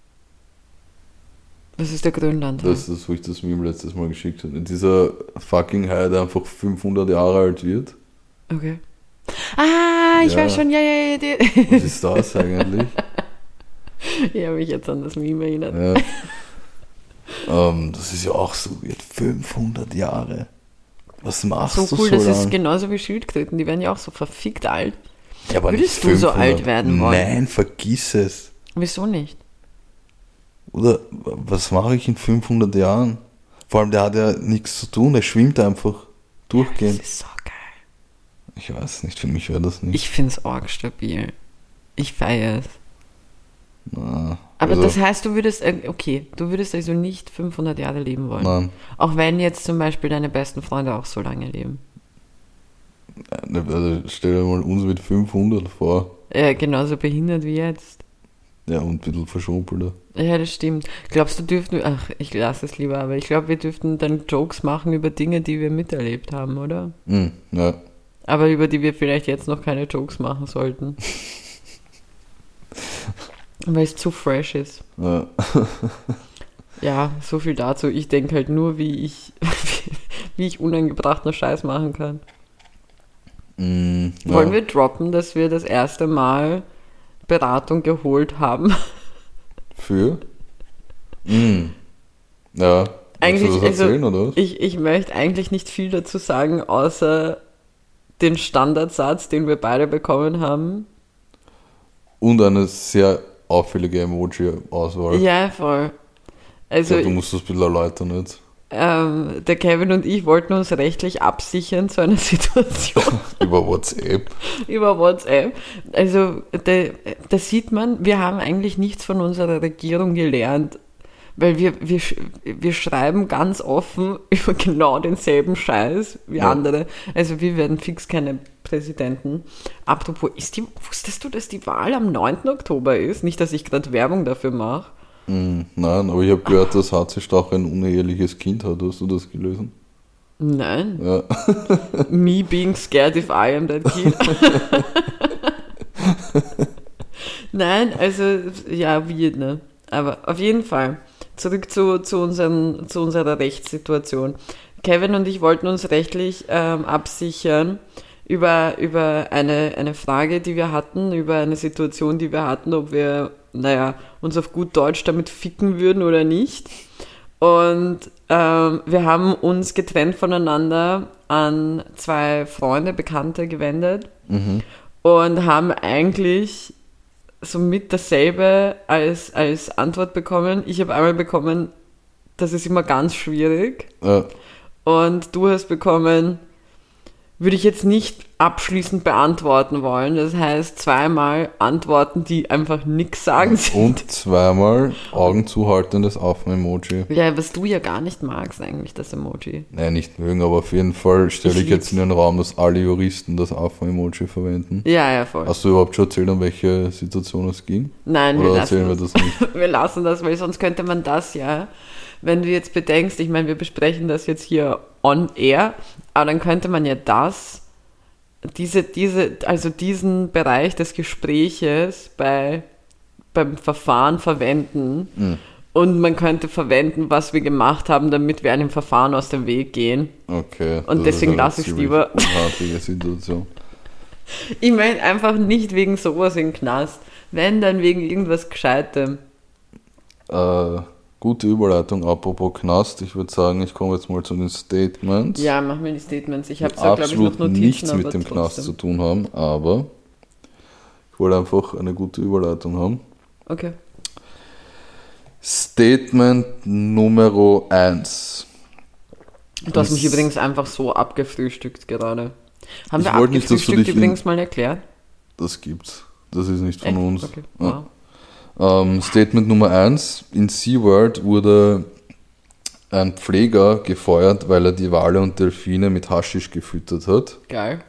Was ist der Grönland? Das ist das, wo ich das Meme letztes Mal geschickt habe. Dieser fucking Hai, der einfach fünfhundert Jahre alt wird. Okay. Ah, ich Ja. weiß schon, ja, ja, ja. Die, Was ist das eigentlich? ich habe mich jetzt an das Meme erinnert. Ja. Ähm, das ist ja auch so weird. fünfhundert Jahre. Was machst So du cool, so das lang? ist genauso wie Schildkröten, die werden ja auch so verfickt alt. Ja, aber Würdest nicht du so fünfhundert. alt werden wollen? Nein, vergiss es. Wieso nicht? Oder was mache ich in fünfhundert Jahren? Vor allem, der hat ja nichts zu tun, der schwimmt einfach Das durchgehend. ist so geil. Ich weiß nicht, für mich wäre das nicht. Ich finde es arg stabil. Ich feiere es. Na, Aber also, das heißt, du würdest, äh, okay, du würdest also nicht fünfhundert Jahre leben wollen. Nein, Auch wenn jetzt zum Beispiel deine besten Freunde auch so lange leben. also stell dir mal uns mit fünfhundert vor. Ja, genauso behindert wie jetzt. Ja, und ein bisschen verschrumpelter. Ja, das stimmt. Glaubst du, dürften, ach, ich lasse es lieber, aber ich glaube, wir dürften dann Jokes machen über Dinge, die wir miterlebt haben, oder? Hm, ja. Aber über die wir vielleicht jetzt noch keine Jokes machen sollten. Weil es zu fresh ist. ja. Ja, so viel dazu. Ich denke halt nur, wie ich, wie ich unangebrachten Scheiß machen kann. Hm, ja. Wollen wir droppen, dass wir das erste Mal Beratung geholt haben? Für? Hm. Ja. Eigentlich, Willst du das also, erzählen, oder was? Ich, ich möchte eigentlich nicht viel dazu sagen, außer den Standardsatz, den wir beide bekommen haben. Und eine sehr auffällige Emoji-Auswahl. Ja, voll. Also, ja, du musst das ein bisschen erläutern jetzt. ähm, der Kevin und ich wollten uns rechtlich absichern zu einer Situation Über WhatsApp. über WhatsApp. Also, da, da sieht man, wir haben eigentlich nichts von unserer Regierung gelernt, weil wir, wir, sch- wir schreiben ganz offen über genau denselben Scheiß wie Ja. andere. Also, wir werden fix keine Präsidenten. Apropos, ist die, wusstest du, dass die Wahl am neunten Oktober ist? Nicht, dass ich gerade Werbung dafür mache. Hm, nein, aber ich habe gehört, dass H C Stach ein uneheliches Kind hat. Hast du das gelesen? Nein. Ja. Me being scared if I am that kid. Nein, also, ja, weird, ne? Aber auf jeden Fall, zurück zu, zu, unseren, zu unserer Rechtssituation. Kevin und ich wollten uns rechtlich ähm, absichern über, über eine, eine Frage, die wir hatten, über eine Situation, die wir hatten, ob wir, naja, uns auf gut Deutsch damit ficken würden oder nicht. Und ähm, wir haben uns getrennt voneinander an zwei Freunde, Bekannte gewendet Mhm. und haben eigentlich somit dasselbe als, als Antwort bekommen. Ich habe einmal bekommen, das ist immer ganz schwierig. Ja. Und du hast bekommen, würde ich jetzt nicht abschließend beantworten wollen. Das heißt, zweimal Antworten, die einfach nichts sagen sind. Und zweimal Augen zuhaltendes Affen-Emoji. Ja, was du ja gar nicht magst eigentlich, das Emoji. Nein, nicht mögen, aber auf jeden Fall stelle ich, Ich jetzt in den Raum, dass alle Juristen das Affen-Emoji verwenden. Ja, ja, voll. Hast du überhaupt schon erzählt, um welche Situation es ging? Nein, Oder wir erzählen lassen wir das. das nicht? Wir lassen das, weil sonst könnte man das ja, wenn du jetzt bedenkst, ich meine, wir besprechen das jetzt hier on air, aber dann könnte man ja das, diese, diese, also diesen Bereich des Gespräches bei, beim Verfahren verwenden Mhm. und man könnte verwenden, was wir gemacht haben, damit wir einem Verfahren aus dem Weg gehen. Okay. Und das deswegen ist eine lasse ich's ziemlich lieber. unartige Situation. Ich meine einfach nicht wegen sowas in den Knast, wenn dann wegen irgendwas Gescheitem. Äh, gute Überleitung, apropos Knast. Ich würde sagen, ich komme jetzt mal zu den Statements. Ja, mach mir die Statements. Ich habe die zwar, glaube ich, noch absolut Notizen, nichts aber mit dem Knast trotzdem. zu tun haben, aber ich wollte einfach eine gute Überleitung haben. Okay. Statement Numero eins. Du hast mich Das- übrigens einfach so abgefrühstückt gerade. Haben Ich wir wollte nicht, dass du abgefrühstückt dich in- übrigens mal erklärt? Das gibt's. Das ist nicht von Echt? uns. Okay. Ja. Wow. Ähm, Statement Nummer eins. In SeaWorld wurde ein Pfleger gefeuert, weil er die Wale und Delfine mit Haschisch gefüttert hat. Geil.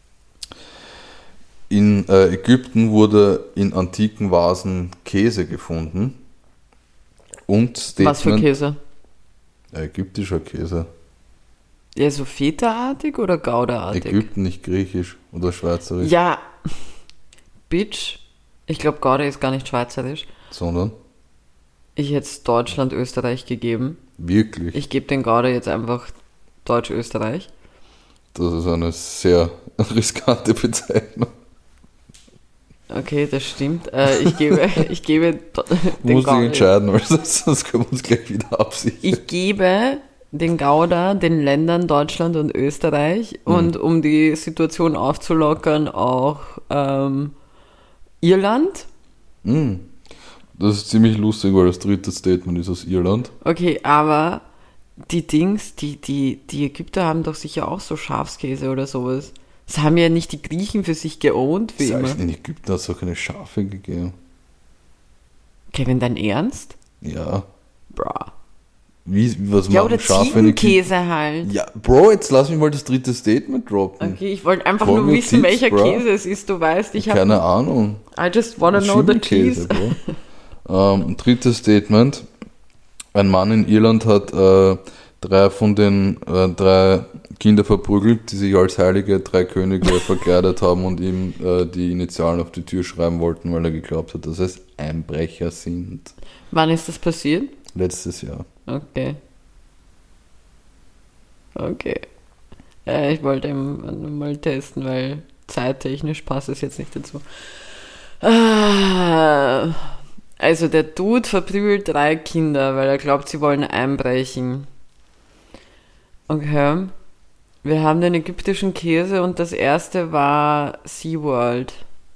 In äh, Ägypten wurde in antiken Vasen Käse gefunden. Und Statement... Was für Käse? Ja, ägyptischer Käse. Ja, so Feta-artig oder Gouda-artig? Ägypten, nicht griechisch oder schweizerisch, Ja, Bitch. Ich glaube, Gouda ist gar nicht schweizerisch. sondern Ich hätte es Deutschland, Österreich gegeben. wirklich. Ich gebe den Gouda jetzt einfach Deutsch, Österreich. Das ist eine sehr riskante Bezeichnung. Okay, das stimmt. Äh, ich gebe, ich gebe do- Du den musst dich Gouda. entscheiden, weil sonst, sonst können wir uns gleich wieder absichern. Ich gebe den Gouda den Ländern Deutschland und Österreich Mhm. und um die Situation aufzulockern auch ähm, Irland. Mm. Das ist ziemlich lustig, weil das dritte Statement ist aus Irland. Okay, aber die Dings, die, die, die Ägypter haben doch sicher auch so Schafskäse oder sowas. Das haben ja nicht die Griechen für sich geohnt, wie immer. Selbst in Ägypten hat es auch keine Schafe gegeben. Kevin, dein Ernst? Ja. Bra. Wie, was Ja, machen oder Schafe in Ägypten? Ziegenkäse halt. Ja, Bro, jetzt lass mich mal das dritte Statement droppen. Okay, ich wollte einfach Call nur me wissen, Tits, welcher bro. Käse es ist. Du weißt, ich habe. Keine Ahnung. I just wanna know the cheese. Bro. ähm, drittes Statement. Ein Mann in Irland hat äh, drei von den äh, drei Kinder verprügelt, die sich als heilige drei Könige verkleidet haben und ihm äh, die Initialen auf die Tür schreiben wollten, weil er geglaubt hat, dass es Einbrecher sind. Wann ist das passiert? Letztes Jahr. Okay. Okay. Äh, ich wollte eben mal testen, weil zeittechnisch passt es jetzt nicht dazu. Ah, also der Dude verprügelt drei Kinder, weil er glaubt, sie wollen einbrechen. Okay. Wir haben den ägyptischen Käse und das erste war SeaWorld.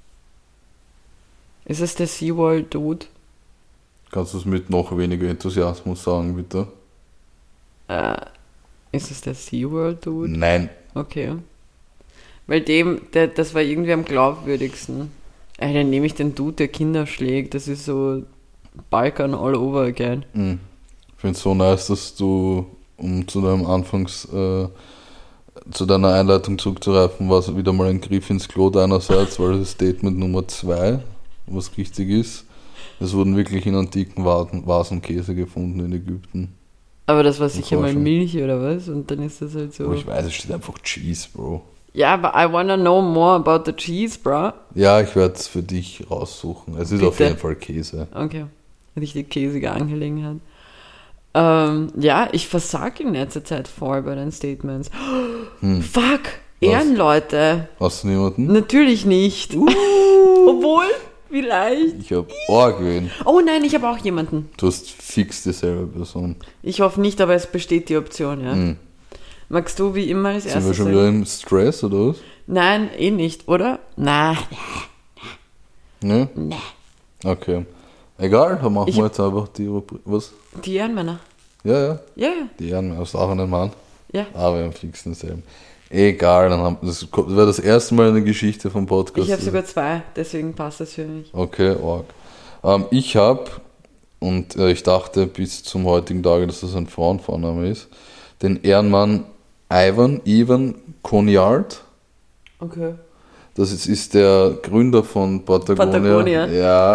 Ist es der SeaWorld Dude? Kannst du es mit noch weniger Enthusiasmus sagen, bitte? Äh, ist es der SeaWorld Dude? Nein. Okay. Weil dem, der, das war irgendwie am glaubwürdigsten. Ey, dann nehme ich den Dude, der Kinder schlägt. Das ist so Balkan all over again. Mhm. Ich finde es so nice, dass du, um zu deinem Anfangs, äh, zu deiner Einleitung zurückzureifen, war es wieder mal ein Griff ins Klo deinerseits, weil das ist Statement Nummer zwei, was richtig ist. Es wurden wirklich in antiken Vasen, Vasen Käse gefunden in Ägypten. Aber das war sicher mal Forschung. Milch oder was? Und dann ist das halt so. Aber ich weiß, es steht einfach Cheese, Bro. Ja, aber I wanna know more about the cheese, bro. Ja, ich werde es für dich raussuchen. Es ist auf Bitte. jeden Fall Käse. Okay. Richtig käsige Angelegenheit. Ähm, ja, ich versag in letzter Zeit voll bei den Statements. Hm. Fuck! Was? Ehrenleute! Hast du niemanden? Natürlich nicht. Obwohl, vielleicht. Ich habe Orgwen. Oh nein, ich habe auch jemanden. Du hast fix dieselbe Person. Ich hoffe nicht, aber es besteht die Option, ja. Hm. Magst du wie immer als Sind wir erstes schon sagen? wieder im Stress oder was? Nein, eh nicht, oder? Na, Ne? ne. Okay. Egal, dann machen Ich- wir jetzt einfach die Rubrik. Was? Die Ehrenmänner. Ja, ja. Ja, ja. Die Ehren, hast auch einen Mann. Ja. Aber wir haben fix denselben. Egal, dann haben, das wäre das erste Mal in der Geschichte vom Podcast. Ich habe sogar zwei, deswegen passt das für mich. Okay, arg. Ähm, ich habe, und äh, ich dachte bis zum heutigen Tage, dass das ein Frauenvorname ist, den Ehrenmann Ivan, Ivan Coniard. Okay. Das ist, ist der Gründer von Patagonia. Patagonia. Ja.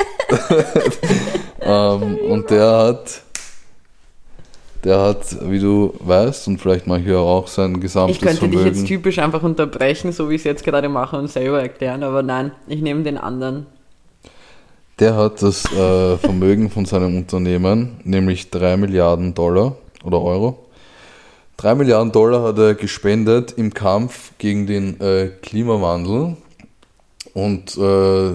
ähm, und der hat, der hat, wie du weißt, und vielleicht manche auch sein gesamtes Ich könnte Vermögen. dich jetzt typisch einfach unterbrechen, so wie ich es jetzt gerade mache und selber erklären, aber nein, ich nehme den anderen. Der hat das äh, Vermögen von seinem Unternehmen, nämlich drei Milliarden Dollar oder Euro. drei Milliarden Dollar hat er gespendet im Kampf gegen den äh, Klimawandel. Und äh,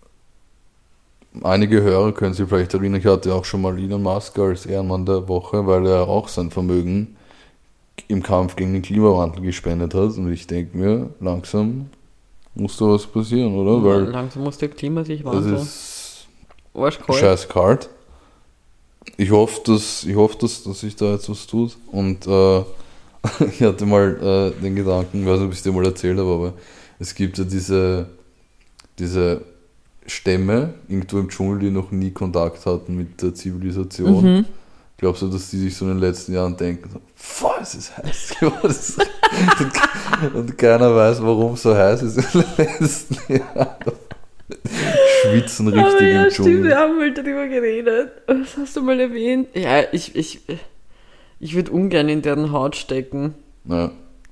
einige Hörer können sich vielleicht erinnern, ich hatte auch schon mal Elon Musk als Ehrenmann der Woche, weil er auch sein Vermögen im Kampf gegen den Klimawandel gespendet hat. Und ich denke mir, langsam muss da was passieren, oder? Ja, Weil langsam muss der Klima sich das wandeln. ist Arschkalt. scheiß kalt. Ich hoffe, dass, ich hoffe, dass, dass sich da jetzt was tut. Und äh, ich hatte mal äh, den Gedanken, ich weiß nicht, ob ich es dir mal erzählt habe, aber es gibt ja diese, diese Stämme irgendwo im Dschungel, die noch nie Kontakt hatten mit der Zivilisation. Mhm. Glaubst du, dass die sich so in den letzten Jahren denken, so, boah, es ist heiß geworden. und, und keiner weiß, warum es so heiß ist in den letzten Jahren. Schwitzen richtig aber ja, im stimmt, Dschungel. wir haben mal darüber geredet. Was hast du mal erwähnt? Ja, ich, ich, ich würde ungern in deren Haut stecken. Ja.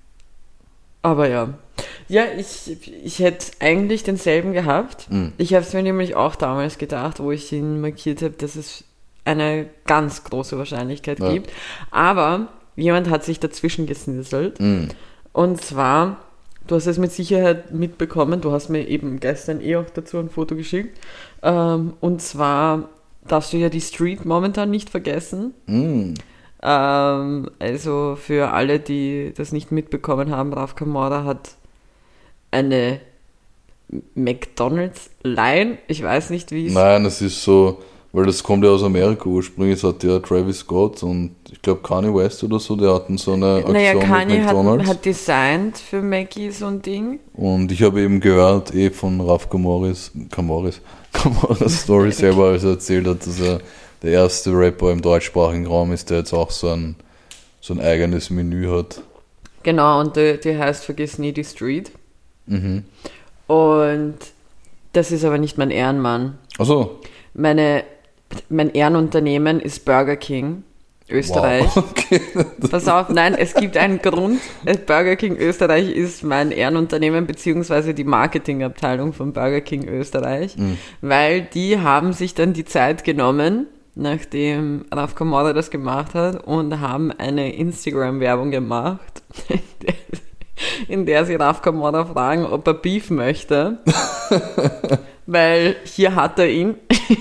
Aber ja. Ja, ich, ich hätte eigentlich denselben gehabt. Mhm. Ich habe es mir nämlich auch damals gedacht, wo ich ihn markiert habe, dass es eine ganz große Wahrscheinlichkeit Ja. gibt. Aber jemand hat sich dazwischen gesnisselt. Mhm. Und zwar, du hast es mit Sicherheit mitbekommen, du hast mir eben gestern eh auch dazu ein Foto geschickt. Ähm, und zwar darfst du ja die Street momentan nicht vergessen. Mhm. Ähm, also für alle, die das nicht mitbekommen haben, Raf Camora hat eine McDonalds-Line. Ich weiß nicht, wie es... Nein, es ist so, weil das kommt ja aus Amerika ursprünglich, das hat ja Travis Scott und ich glaube Kanye West oder so, die hatten so eine Aktion Naja, mit Kanye McDonalds. hat, hat designt für Maggie so ein Ding. Und ich habe eben gehört, eh von Raf Camoris, Camoris, Camoras Story selber, als er erzählt hat, dass er der erste Rapper im deutschsprachigen Raum ist, der jetzt auch so ein, so ein eigenes Menü hat. Genau, und die, die heißt Vergiss nie die Street. Mhm. Und das ist aber nicht mein Ehrenmann. Achso. Meine, mein Ehrenunternehmen ist Burger King Österreich. Wow. Okay. Pass auf, nein, es gibt einen Grund. Burger King Österreich ist mein Ehrenunternehmen beziehungsweise die Marketingabteilung von Burger King Österreich, Mhm. weil die haben sich dann die Zeit genommen, nachdem Raf Camora das gemacht hat, und haben eine Instagram-Werbung gemacht, in der sie Raf Camora fragen, ob er Beef möchte. Weil hier hat er ihn.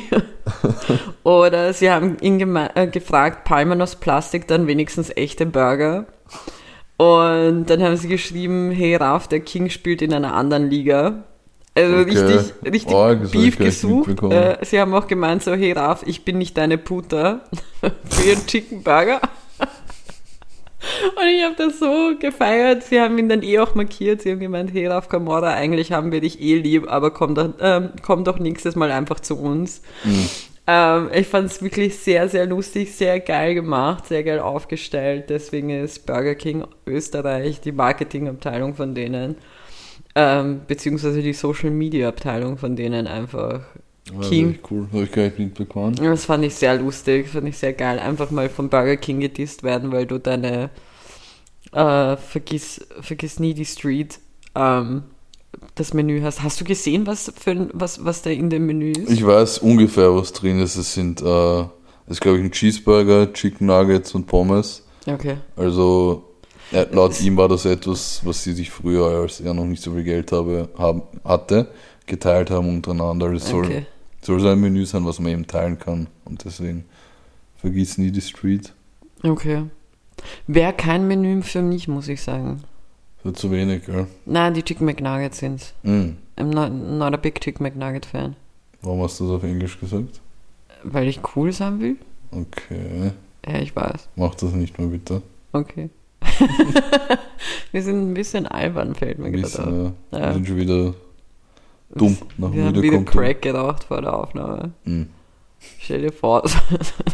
Oder sie haben ihn geme- äh, gefragt, Palmen aus Plastik, dann wenigstens echte Burger. Und dann haben sie geschrieben, hey Raf, der King spielt in einer anderen Liga. Also Okay. richtig, richtig Oh, das hab ich Beef gar nicht gesucht. mitbekommen. Äh, sie haben auch gemeint so, hey Raf, ich bin nicht deine Puta für ihren Chicken Burger. Und ich habe das so gefeiert. Sie haben ihn dann eh auch markiert. Sie haben gemeint, hey Raf Camora, eigentlich haben wir dich eh lieb, aber komm doch, ähm, komm doch nächstes Mal einfach zu uns. Mhm. Ähm, ich fand es wirklich sehr, sehr lustig, sehr geil gemacht, sehr geil aufgestellt. Deswegen ist Burger King Österreich die Marketingabteilung von denen, ähm, beziehungsweise die Social Media Abteilung von denen einfach Ja, King. echt cool, habe ich gar nicht mitbekommen. Das fand ich sehr lustig, fand ich sehr geil. Einfach mal von Burger King gedisst werden, weil du deine äh, vergiss, vergiss nie die Street ähm, das Menü hast. Hast du gesehen, was für ein, was, was da in dem Menü ist? Ich weiß ungefähr, was drin ist. Es sind, äh, es ist glaube ich ein Cheeseburger, Chicken Nuggets und Pommes. Okay. Also äh, laut Es- ihm war das etwas, was sie sich früher, als er noch nicht so viel Geld habe, haben, hatte, geteilt haben untereinander. Also es soll, Okay. soll so ein Menü sein, was man eben teilen kann. Und deswegen vergiss nie die Street. Okay. Wäre kein Menü für mich, muss ich sagen. Wird zu wenig, gell? Nein, die Chicken McNuggets sind's. Mhm. I'm not, not a big Chicken McNugget Fan. Warum hast du das auf Englisch gesagt? Weil ich cool sein will? Okay, Ja, ich weiß. mach das nicht mal bitte. Okay. Wir sind ein bisschen albern, fällt mir Ein gerade bisschen, auf. ja. Ja. Wir sind schon wieder dumm nach Wir dem haben wieder Wiederkommen. Crack geraucht vor der Aufnahme. Mhm. Stell dir vor, so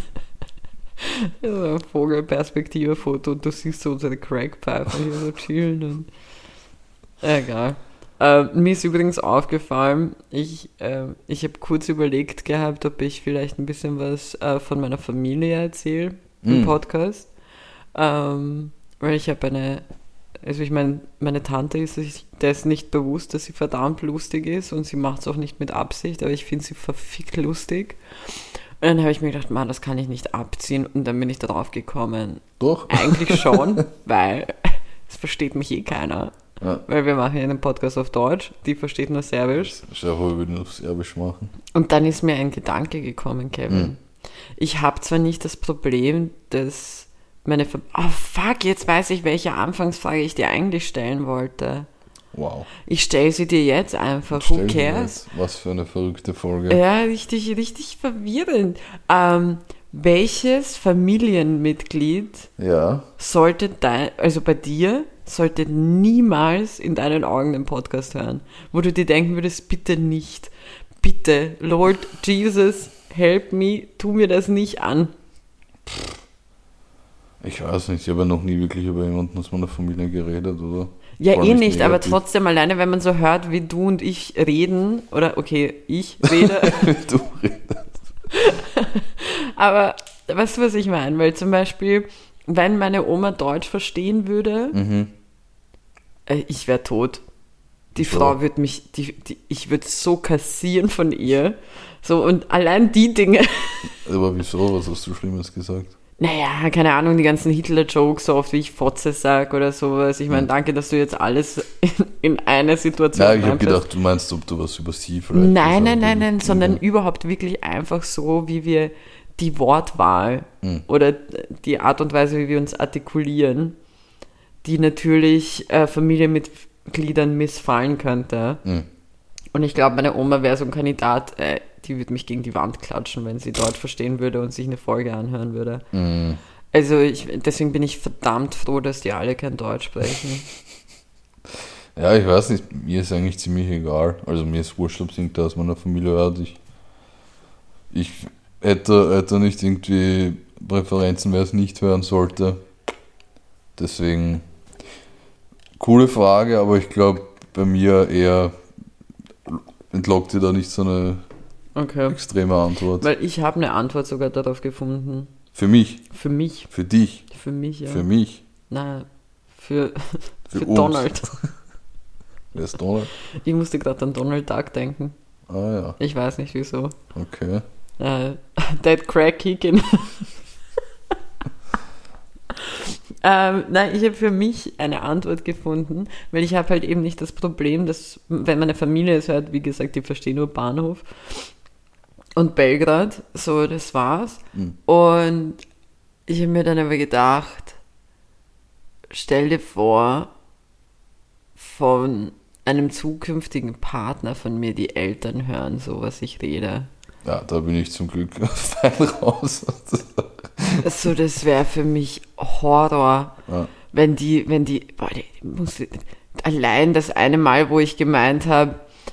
so ein Vogelperspektive-Foto und du siehst so unsere Crackpfeifen hier so chillen. Und egal. Äh, mir ist übrigens aufgefallen, ich, äh, ich habe kurz überlegt gehabt, ob ich vielleicht ein bisschen was äh, von meiner Familie erzähle im Mm. Podcast. Ähm, weil ich habe eine, also ich meine, meine Tante ist sich das nicht bewusst, dass sie verdammt lustig ist und sie macht es auch nicht mit Absicht, aber ich finde sie verfickt lustig. Und dann habe ich mir gedacht, man, das kann ich nicht abziehen und dann bin ich darauf gekommen. Doch. Eigentlich schon, weil es versteht mich eh keiner. Ja. Weil wir machen ja einen Podcast auf Deutsch, die versteht nur Serbisch. Schau, wir würden auf Serbisch machen. Und dann ist mir ein Gedanke gekommen, Kevin. Mhm. Ich habe zwar nicht das Problem, dass meine... Ver oh fuck, jetzt weiß ich, welche Anfangsfrage ich dir eigentlich stellen wollte. Wow. Ich stelle sie dir jetzt einfach. Stell Who dir cares? jetzt, was für eine verrückte Folge. Ja, richtig, richtig verwirrend. Ähm, welches Familienmitglied Ja. sollte dein, also bei dir, sollte niemals in deinen Augen den Podcast hören, wo du dir denken würdest, bitte nicht, bitte, Lord Jesus, help me, tu mir das nicht an. Ich weiß nicht, ich habe ja noch nie wirklich über jemanden aus meiner Familie geredet, oder? Ja, Vor eh allem nicht, aber negativ. trotzdem alleine, wenn man so hört, wie du und ich reden, oder okay, ich rede, Du redest. aber weißt du, was ich meine? Weil zum Beispiel, wenn meine Oma Deutsch verstehen würde, Mhm. äh, ich wäre tot. Die So. Frau würde mich, die, die, ich würde so kassieren von ihr. So, und allein die Dinge, Aber wieso? Was hast du Schlimmes gesagt? naja, keine Ahnung, die ganzen Hitler-Jokes, so oft wie ich Fotze sag oder sowas. Ich meine, Mhm. danke, dass du jetzt alles in, in eine Situation Ja, ich habe reinfasst. gedacht, du meinst, ob du was über sie vielleicht Nein, gesagt nein, nein, nein, hast. sondern Mhm. überhaupt wirklich einfach so, wie wir die Wortwahl Mhm. oder die Art und Weise, wie wir uns artikulieren, die natürlich äh, Familienmitgliedern missfallen könnte. Mhm. Und ich glaube, meine Oma wäre so ein Kandidat, äh, die würde mich gegen die Wand klatschen, wenn sie Deutsch verstehen würde und sich eine Folge anhören würde. Mhm. Also ich, deswegen bin ich verdammt froh, dass die alle kein Deutsch sprechen. Ja, ich weiß nicht, mir ist eigentlich ziemlich egal. Also mir ist wurscht, ob es irgendwer aus meiner Familie hört. Ich, ich hätte, hätte nicht irgendwie Präferenzen, wer es nicht hören sollte. Deswegen, coole Frage, aber ich glaube, bei mir eher entlockt dir da nicht so eine Okay. extreme Antwort. Weil ich habe eine Antwort sogar darauf gefunden. Für mich, Für mich. für dich, Für mich, ja. für mich, Nein, für, für, für uns. Donald. Wer ist Donald? Ich musste gerade an Donald Duck denken. Ah ja, Ich weiß nicht wieso. okay. Äh, that crack kicking. ähm, nein, ich habe für mich eine Antwort gefunden, weil ich habe halt eben nicht das Problem, dass, wenn meine Familie es hört, wie gesagt, die verstehen nur Bahnhof und Belgrad, so, das war's. Mhm. Und ich habe mir dann aber gedacht, stell dir vor, von einem zukünftigen Partner von mir die Eltern hören so, was ich rede. Ja, da bin ich zum Glück fein raus. So, das wäre für mich Horror, Ja. wenn die, wenn die, boah, die muss, allein das eine Mal, wo ich gemeint habe,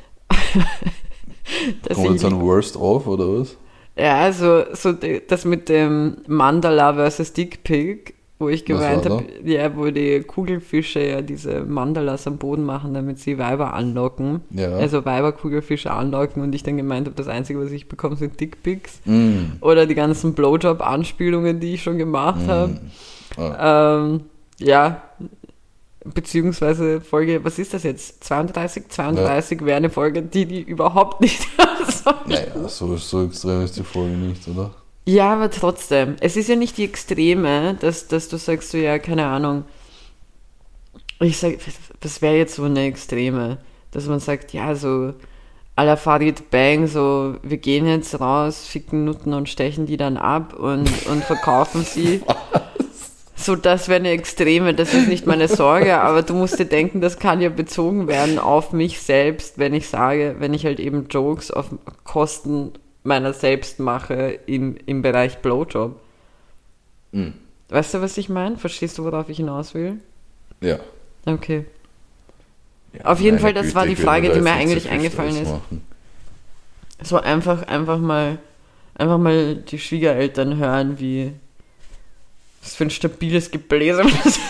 dass Kommt ich, jetzt ein Worst auf, oder was? ja, so, so die- das mit dem Mandala versus Dickpic, wo ich Was gemeint war habe, ja, wo die Kugelfische ja diese Mandalas am Boden machen, damit sie Weiber anlocken. Ja. Also Weiberkugelfische anlocken und ich dann gemeint habe, das Einzige, was ich bekomme, sind Dickpics. Mm. Oder die ganzen Blowjob-Anspielungen, die ich schon gemacht habe. Ah. Ähm, ja, beziehungsweise Folge, was ist das jetzt? zweiunddreißig? zweiunddreißig wäre eine Folge, die die überhaupt nicht hören soll. Naja, so, so extrem ist die Folge nicht, oder? Ja, aber trotzdem. Es ist ja nicht die Extreme, dass, dass du sagst, so, ja, keine Ahnung. Ich sag, das wäre jetzt so eine Extreme, dass man sagt, ja, so à la Farid Bang, so, wir gehen jetzt raus, ficken Nutten und stechen die dann ab und, und verkaufen sie. So, das wäre eine Extreme, das ist nicht meine Sorge, aber du musst dir denken, das kann ja bezogen werden auf mich selbst, wenn ich sage, wenn ich halt eben Jokes auf Kosten meiner selbst mache im, im Bereich Blowjob. Mm. Weißt du, was ich meine? Verstehst du, worauf ich hinaus will? Ja. Okay. Ja, Auf jeden meine Fall, das Güte, war die ich will Frage, da die jetzt mir nicht so eigentlich viel eingefallen Stress ist. machen. So einfach, einfach mal, einfach mal die Schwiegereltern hören, wie was für ein stabiles Gebläse.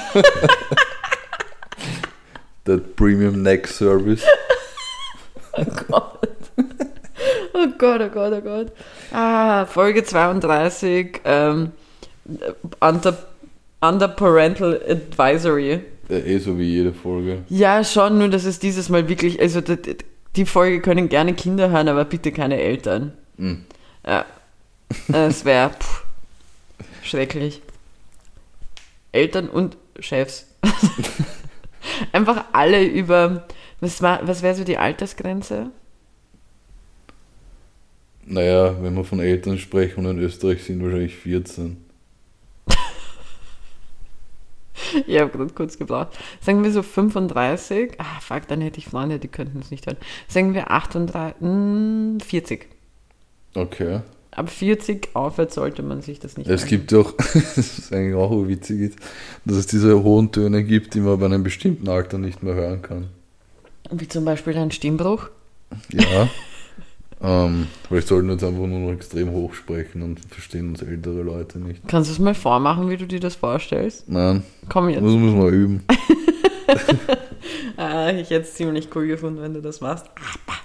Der Premium Neck Service. Oh Gott. Oh Gott, oh Gott, oh Gott. Ah, Folge zweiunddreißig, ähm, under, under Parental Advisory. Ja, eh so wie jede Folge. Ja, schon, nur dass es dieses Mal wirklich, also die, die Folge können gerne Kinder hören, aber bitte keine Eltern. Mhm. Ja, es wäre schrecklich. Eltern und Chefs. Einfach alle über, was, was wäre so die Altersgrenze? Naja, wenn wir von Eltern sprechen und in Österreich sind wahrscheinlich vierzehn. Ich habe gerade kurz gebraucht. Sagen wir so fünfunddreißig. Ah, fuck, dann hätte ich Freunde, die könnten es nicht hören. Sagen wir achtunddreißig, mh, vierzig. Okay. Ab vierzig aufwärts sollte man sich das nicht Es hören. gibt auch, das ist eigentlich auch witzig, dass es diese hohen Töne gibt, die man bei einem bestimmten Alter nicht mehr hören kann. Wie zum Beispiel ein Stimmbruch. Ja. ähm, vielleicht sollten wir jetzt einfach nur noch extrem hoch sprechen und verstehen uns ältere Leute nicht. Kannst du es mal vormachen, wie du dir das vorstellst? Nein, Komm das jetzt. muss man üben. Ah, ich hätte es ziemlich cool gefunden, wenn du das machst. Aber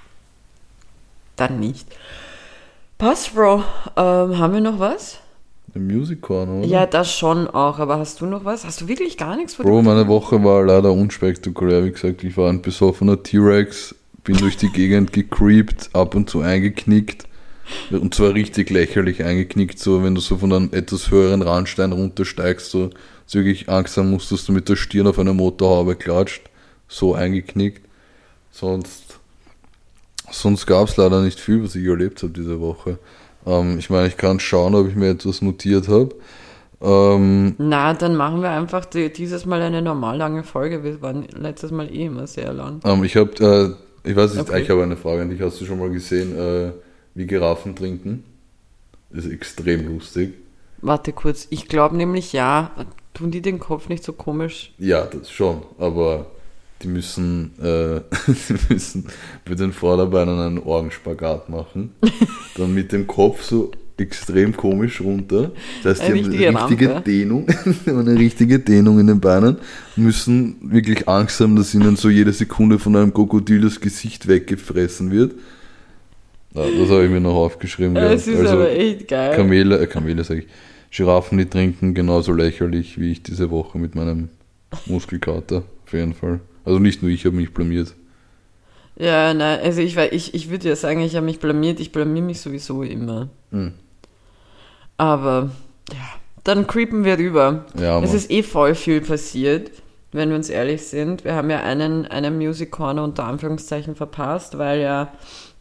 dann nicht. Passt, Bro. Ähm, haben wir noch was? Im Music-Corner, oder? Ja, das schon auch. Aber hast du noch was? Hast du wirklich gar nichts? Bro, meine Woche war leider unspektakulär. Wie gesagt, ich war ein besoffener T-Rex, bin durch die Gegend gecreept, ab und zu eingeknickt. Und zwar richtig lächerlich eingeknickt, so wenn du so von einem etwas höheren Randstein runtersteigst, so, so wirklich Angst haben musst, dass du mit der Stirn auf einer Motorhaube klatscht. So eingeknickt. Sonst... Sonst gab es leider nicht viel, was ich erlebt habe diese Woche. Ähm, ich meine, ich kann schauen, ob ich mir etwas notiert habe. Ähm, Na, dann machen wir einfach die, dieses Mal eine normal lange Folge. Wir waren letztes Mal eh immer sehr lang. ähm, ich habe, äh, ich weiß nicht, Okay. ich habe eine Frage an dich. Hast du schon mal gesehen, äh, wie Giraffen trinken? Das ist extrem lustig. Warte kurz. Ich glaube nämlich ja. Tun die den Kopf nicht so komisch? Ja, das schon, aber die müssen, äh, die müssen mit den Vorderbeinen einen Orgenspagat machen. Dann mit dem Kopf so extrem komisch runter. Das heißt, Eine die haben eine richtige richtige Rampe. Dehnung, eine richtige Dehnung in den Beinen, müssen wirklich Angst haben, dass ihnen so jede Sekunde von einem Krokodil das Gesicht weggefressen wird. Ja, das habe ich mir noch aufgeschrieben. Es gehabt. ist Also aber echt geil. Kamele, äh, Kamele sage ich, Giraffen, die trinken genauso lächerlich wie ich diese Woche mit meinem Muskelkater, auf jeden Fall. Also nicht nur ich habe mich blamiert. Ja, nein, also ich, war- ich, ich würde ja sagen, ich habe mich blamiert. Ich blamier mich sowieso immer. Hm. Aber ja, dann creepen wir rüber. Ja, Es Mann. ist eh voll viel passiert, wenn wir uns ehrlich sind. Wir haben ja einen, einen Music Corner unter Anführungszeichen verpasst, weil ja,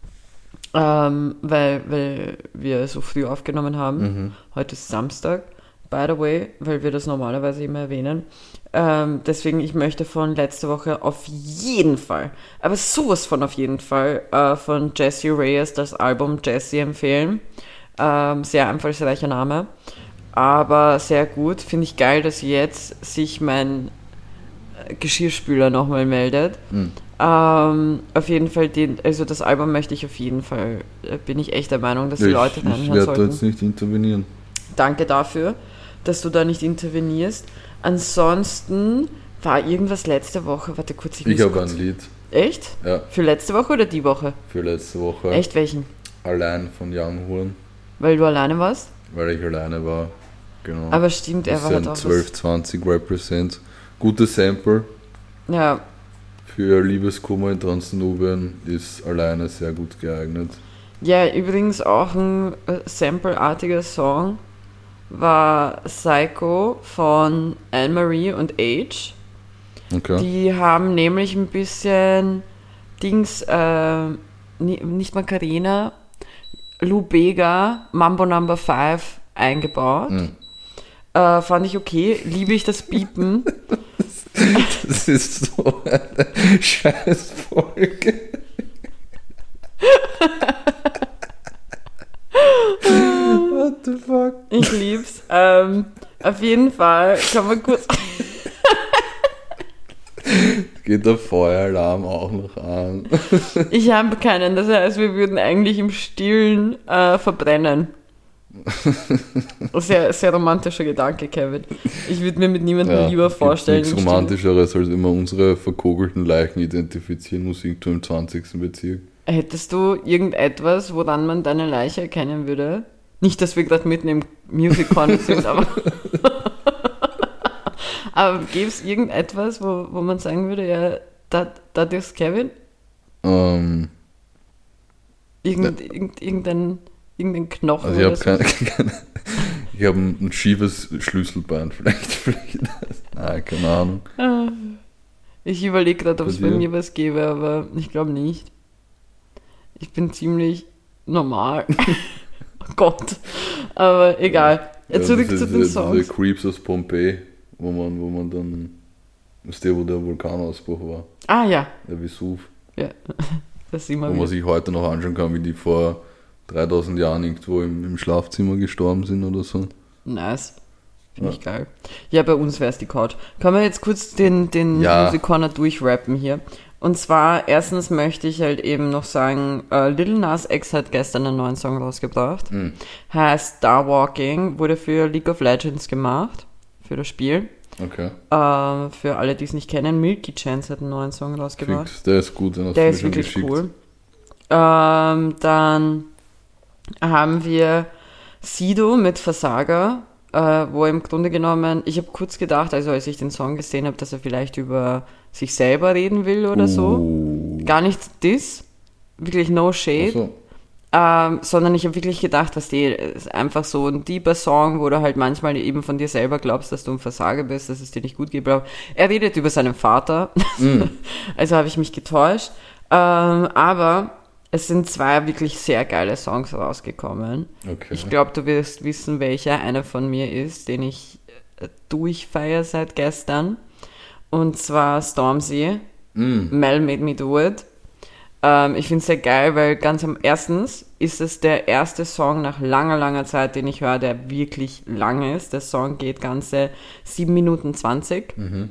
ähm, weil, weil wir so früh aufgenommen haben. Mhm. Heute ist Samstag, by the way, weil wir das normalerweise immer erwähnen. Ähm, deswegen, ich möchte von letzter Woche auf jeden Fall, aber sowas von auf jeden Fall, äh, von Jessie Reyes das Album Jessie empfehlen. Ähm, sehr einfallsreicher Name, aber sehr gut. Finde ich geil, dass jetzt sich mein äh, Geschirrspüler nochmal meldet. Mhm. Ähm, auf jeden Fall, den, also das Album möchte ich auf jeden Fall, äh, bin ich echt der Meinung, dass die ich Leute ich reinhören werde da sollten. jetzt nicht intervenieren. Danke dafür, dass du da nicht intervenierst. Ansonsten war irgendwas letzte Woche, warte kurz, ich muss Ich habe kurz. ein Lied, Echt? ja, Für letzte Woche oder die Woche? für letzte Woche. Echt welchen? Allein von Young Horn, Weil du alleine warst? weil ich alleine war. Genau. Aber stimmt, er das war halt sind auch zwölf, zwanzig Represent. Gutes Sample was. Ja, für Liebeskummer in Transdanubien ist alleine sehr gut geeignet. ja, übrigens auch ein äh, Sample-artiger Song war Psycho von Anne-Marie und Age. Okay. Die haben nämlich ein bisschen Dings, äh, ni- nicht Macarena, Lou Bega, Mambo Number five eingebaut. Mhm. Äh, fand ich okay. Liebe ich das Biepen. Das ist so eine Scheißfolge. What the fuck? Ich lieb's. Ähm, Auf jeden Fall kann man kurz... Geht der Feueralarm auch noch an? Ich habe keinen, das heißt, wir würden eigentlich im Stillen äh, verbrennen. Sehr, sehr romantischer Gedanke, Kevin. Ich würde mir mit niemandem Ja, lieber vorstellen. Nichts Romantischeres als immer unsere verkogelten Leichen identifizieren, Musiktour im zwanzigsten Bezirk. Hättest du irgendetwas, woran man deine Leiche erkennen würde? Nicht, dass wir gerade mitten im Music Corner sind, aber... aber gäbe es irgendetwas, wo, wo man sagen würde, ja, das ist Kevin? Ähm, Irgend, ne. irgend, irgendein, irgendein Knochen also ich oder habe so? keine, keine, ich habe ein, ein schiefes Schlüsselbein, vielleicht, vielleicht. Nein, keine Ahnung. Ah, ich überlege gerade, ob es Bei bei dir? mir was gäbe, aber ich glaube nicht. Ich bin ziemlich normal. Oh Gott. Aber egal. Ja, Zurück diese, zu den diese, Songs. Diese Creeps aus Pompeii, wo man, wo man dann, ist der, wo der Vulkanausbruch war, Ah ja, der Vesuv, ja. Das sieht wo man man wieder. sich heute noch anschauen kann, wie die vor dreitausend Jahren irgendwo im, im Schlafzimmer gestorben sind oder so. Nice. Finde ich Ja. geil. Ja, bei uns wäre es die Couch. Können wir jetzt kurz den, den Ja. Music Corner durchrappen hier? Und zwar, erstens möchte ich halt eben noch sagen, äh, Lil Nas X hat gestern einen neuen Song rausgebracht. Mhm. Heißt Star Walking, wurde für League of Legends gemacht, für das Spiel. Okay, Äh, für alle, die es nicht kennen, Milky Chance hat einen neuen Song rausgebracht. fix, der ist gut, den hast Der du mir ist schon wirklich geschickt. cool. Ähm, dann haben wir Sido mit Versager, äh, wo im Grunde genommen, ich habe kurz gedacht, also als ich den Song gesehen habe, dass er vielleicht über sich selber reden will oder so. Uh. Gar nicht das, wirklich no shade. Also, Ähm, sondern ich habe wirklich gedacht, dass die ist einfach so ein deeper Song, wo du halt manchmal eben von dir selber glaubst, dass du ein Versager bist, dass es dir nicht gut geht. Aber er redet über seinen Vater, mm. also habe ich mich getäuscht. Ähm, aber es sind zwei wirklich sehr geile Songs rausgekommen. okay. Ich glaube, du wirst wissen, welcher einer von mir ist, den ich äh, durchfeiere seit gestern. Und zwar Stormzy, Mm. Mel Made Me Do It. Ähm, ich finde es sehr geil, weil ganz am erstens ist es der erste Song nach langer, langer Zeit, den ich höre, der wirklich lang ist. Der Song geht ganze sieben Minuten zwanzig. Mhm.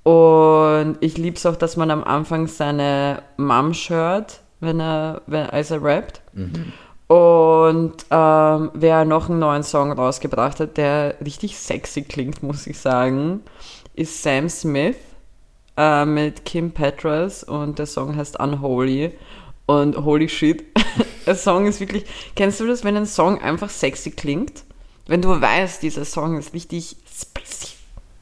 Und ich liebe es auch, dass man am Anfang seine Mom hört, wenn er, wenn, als er rappt. Mhm. Und ähm, wer noch einen neuen Song rausgebracht hat, der richtig sexy klingt, muss ich sagen, ist Sam Smith äh, mit Kim Petras und der Song heißt Unholy. Und holy shit, der Song ist wirklich... Kennst du das, wenn ein Song einfach sexy klingt? Wenn du weißt, dieser Song ist richtig spicy.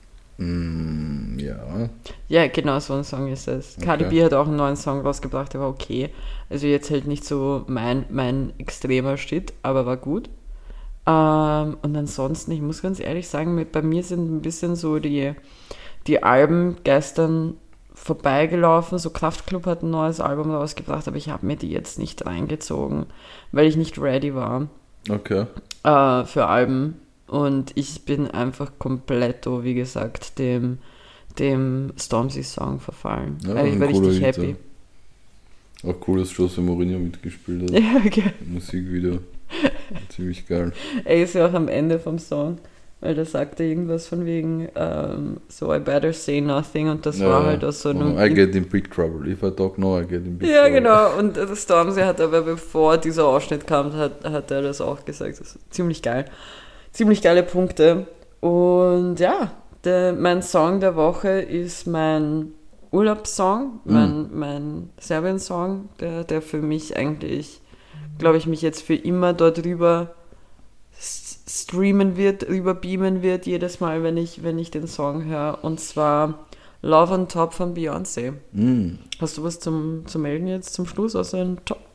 Mm, ja. Ja, genau, so ein Song ist es. Okay. Cardi B hat auch einen neuen Song rausgebracht, der war okay. Also jetzt halt nicht so mein, mein extremer Shit, aber war gut. Ähm, und ansonsten, ich muss ganz ehrlich sagen, mit, bei mir sind ein bisschen so die, die Alben gestern vorbeigelaufen. So Kraftklub hat ein neues Album rausgebracht, aber ich habe mir die jetzt nicht reingezogen, weil ich nicht ready war Okay. äh, für Alben. Und ich bin einfach komplett, wie gesagt, dem, dem Stormzy-Song verfallen. Ja, also ich ein war cooler richtig Hit, happy. ja. Auch cool, dass Jose Mourinho mitgespielt hat. Ja, okay. Musikvideo. Ziemlich geil. Er ist ja auch am Ende vom Song, weil da sagt er irgendwas von wegen ähm, so I better say nothing und das Ja, war halt aus so einem... I get in big trouble. If I talk no, I get in big Ja, trouble. genau. Und das Stormzy hat aber, bevor dieser Ausschnitt kam, hat, hat er das auch gesagt. Das ist ziemlich geil. Ziemlich geile Punkte. Und ja, der, mein Song der Woche ist mein Urlaubssong, mein, Mhm. mein Serbien-Song, der, der für mich eigentlich, glaube ich, mich jetzt für immer dort rüber s- streamen wird, rüber beamen wird, jedes Mal, wenn ich, wenn ich den Song höre. Und zwar Love on Top von Beyoncé. Mm. Hast du was zum, zu melden jetzt zum Schluss, außer ein Top?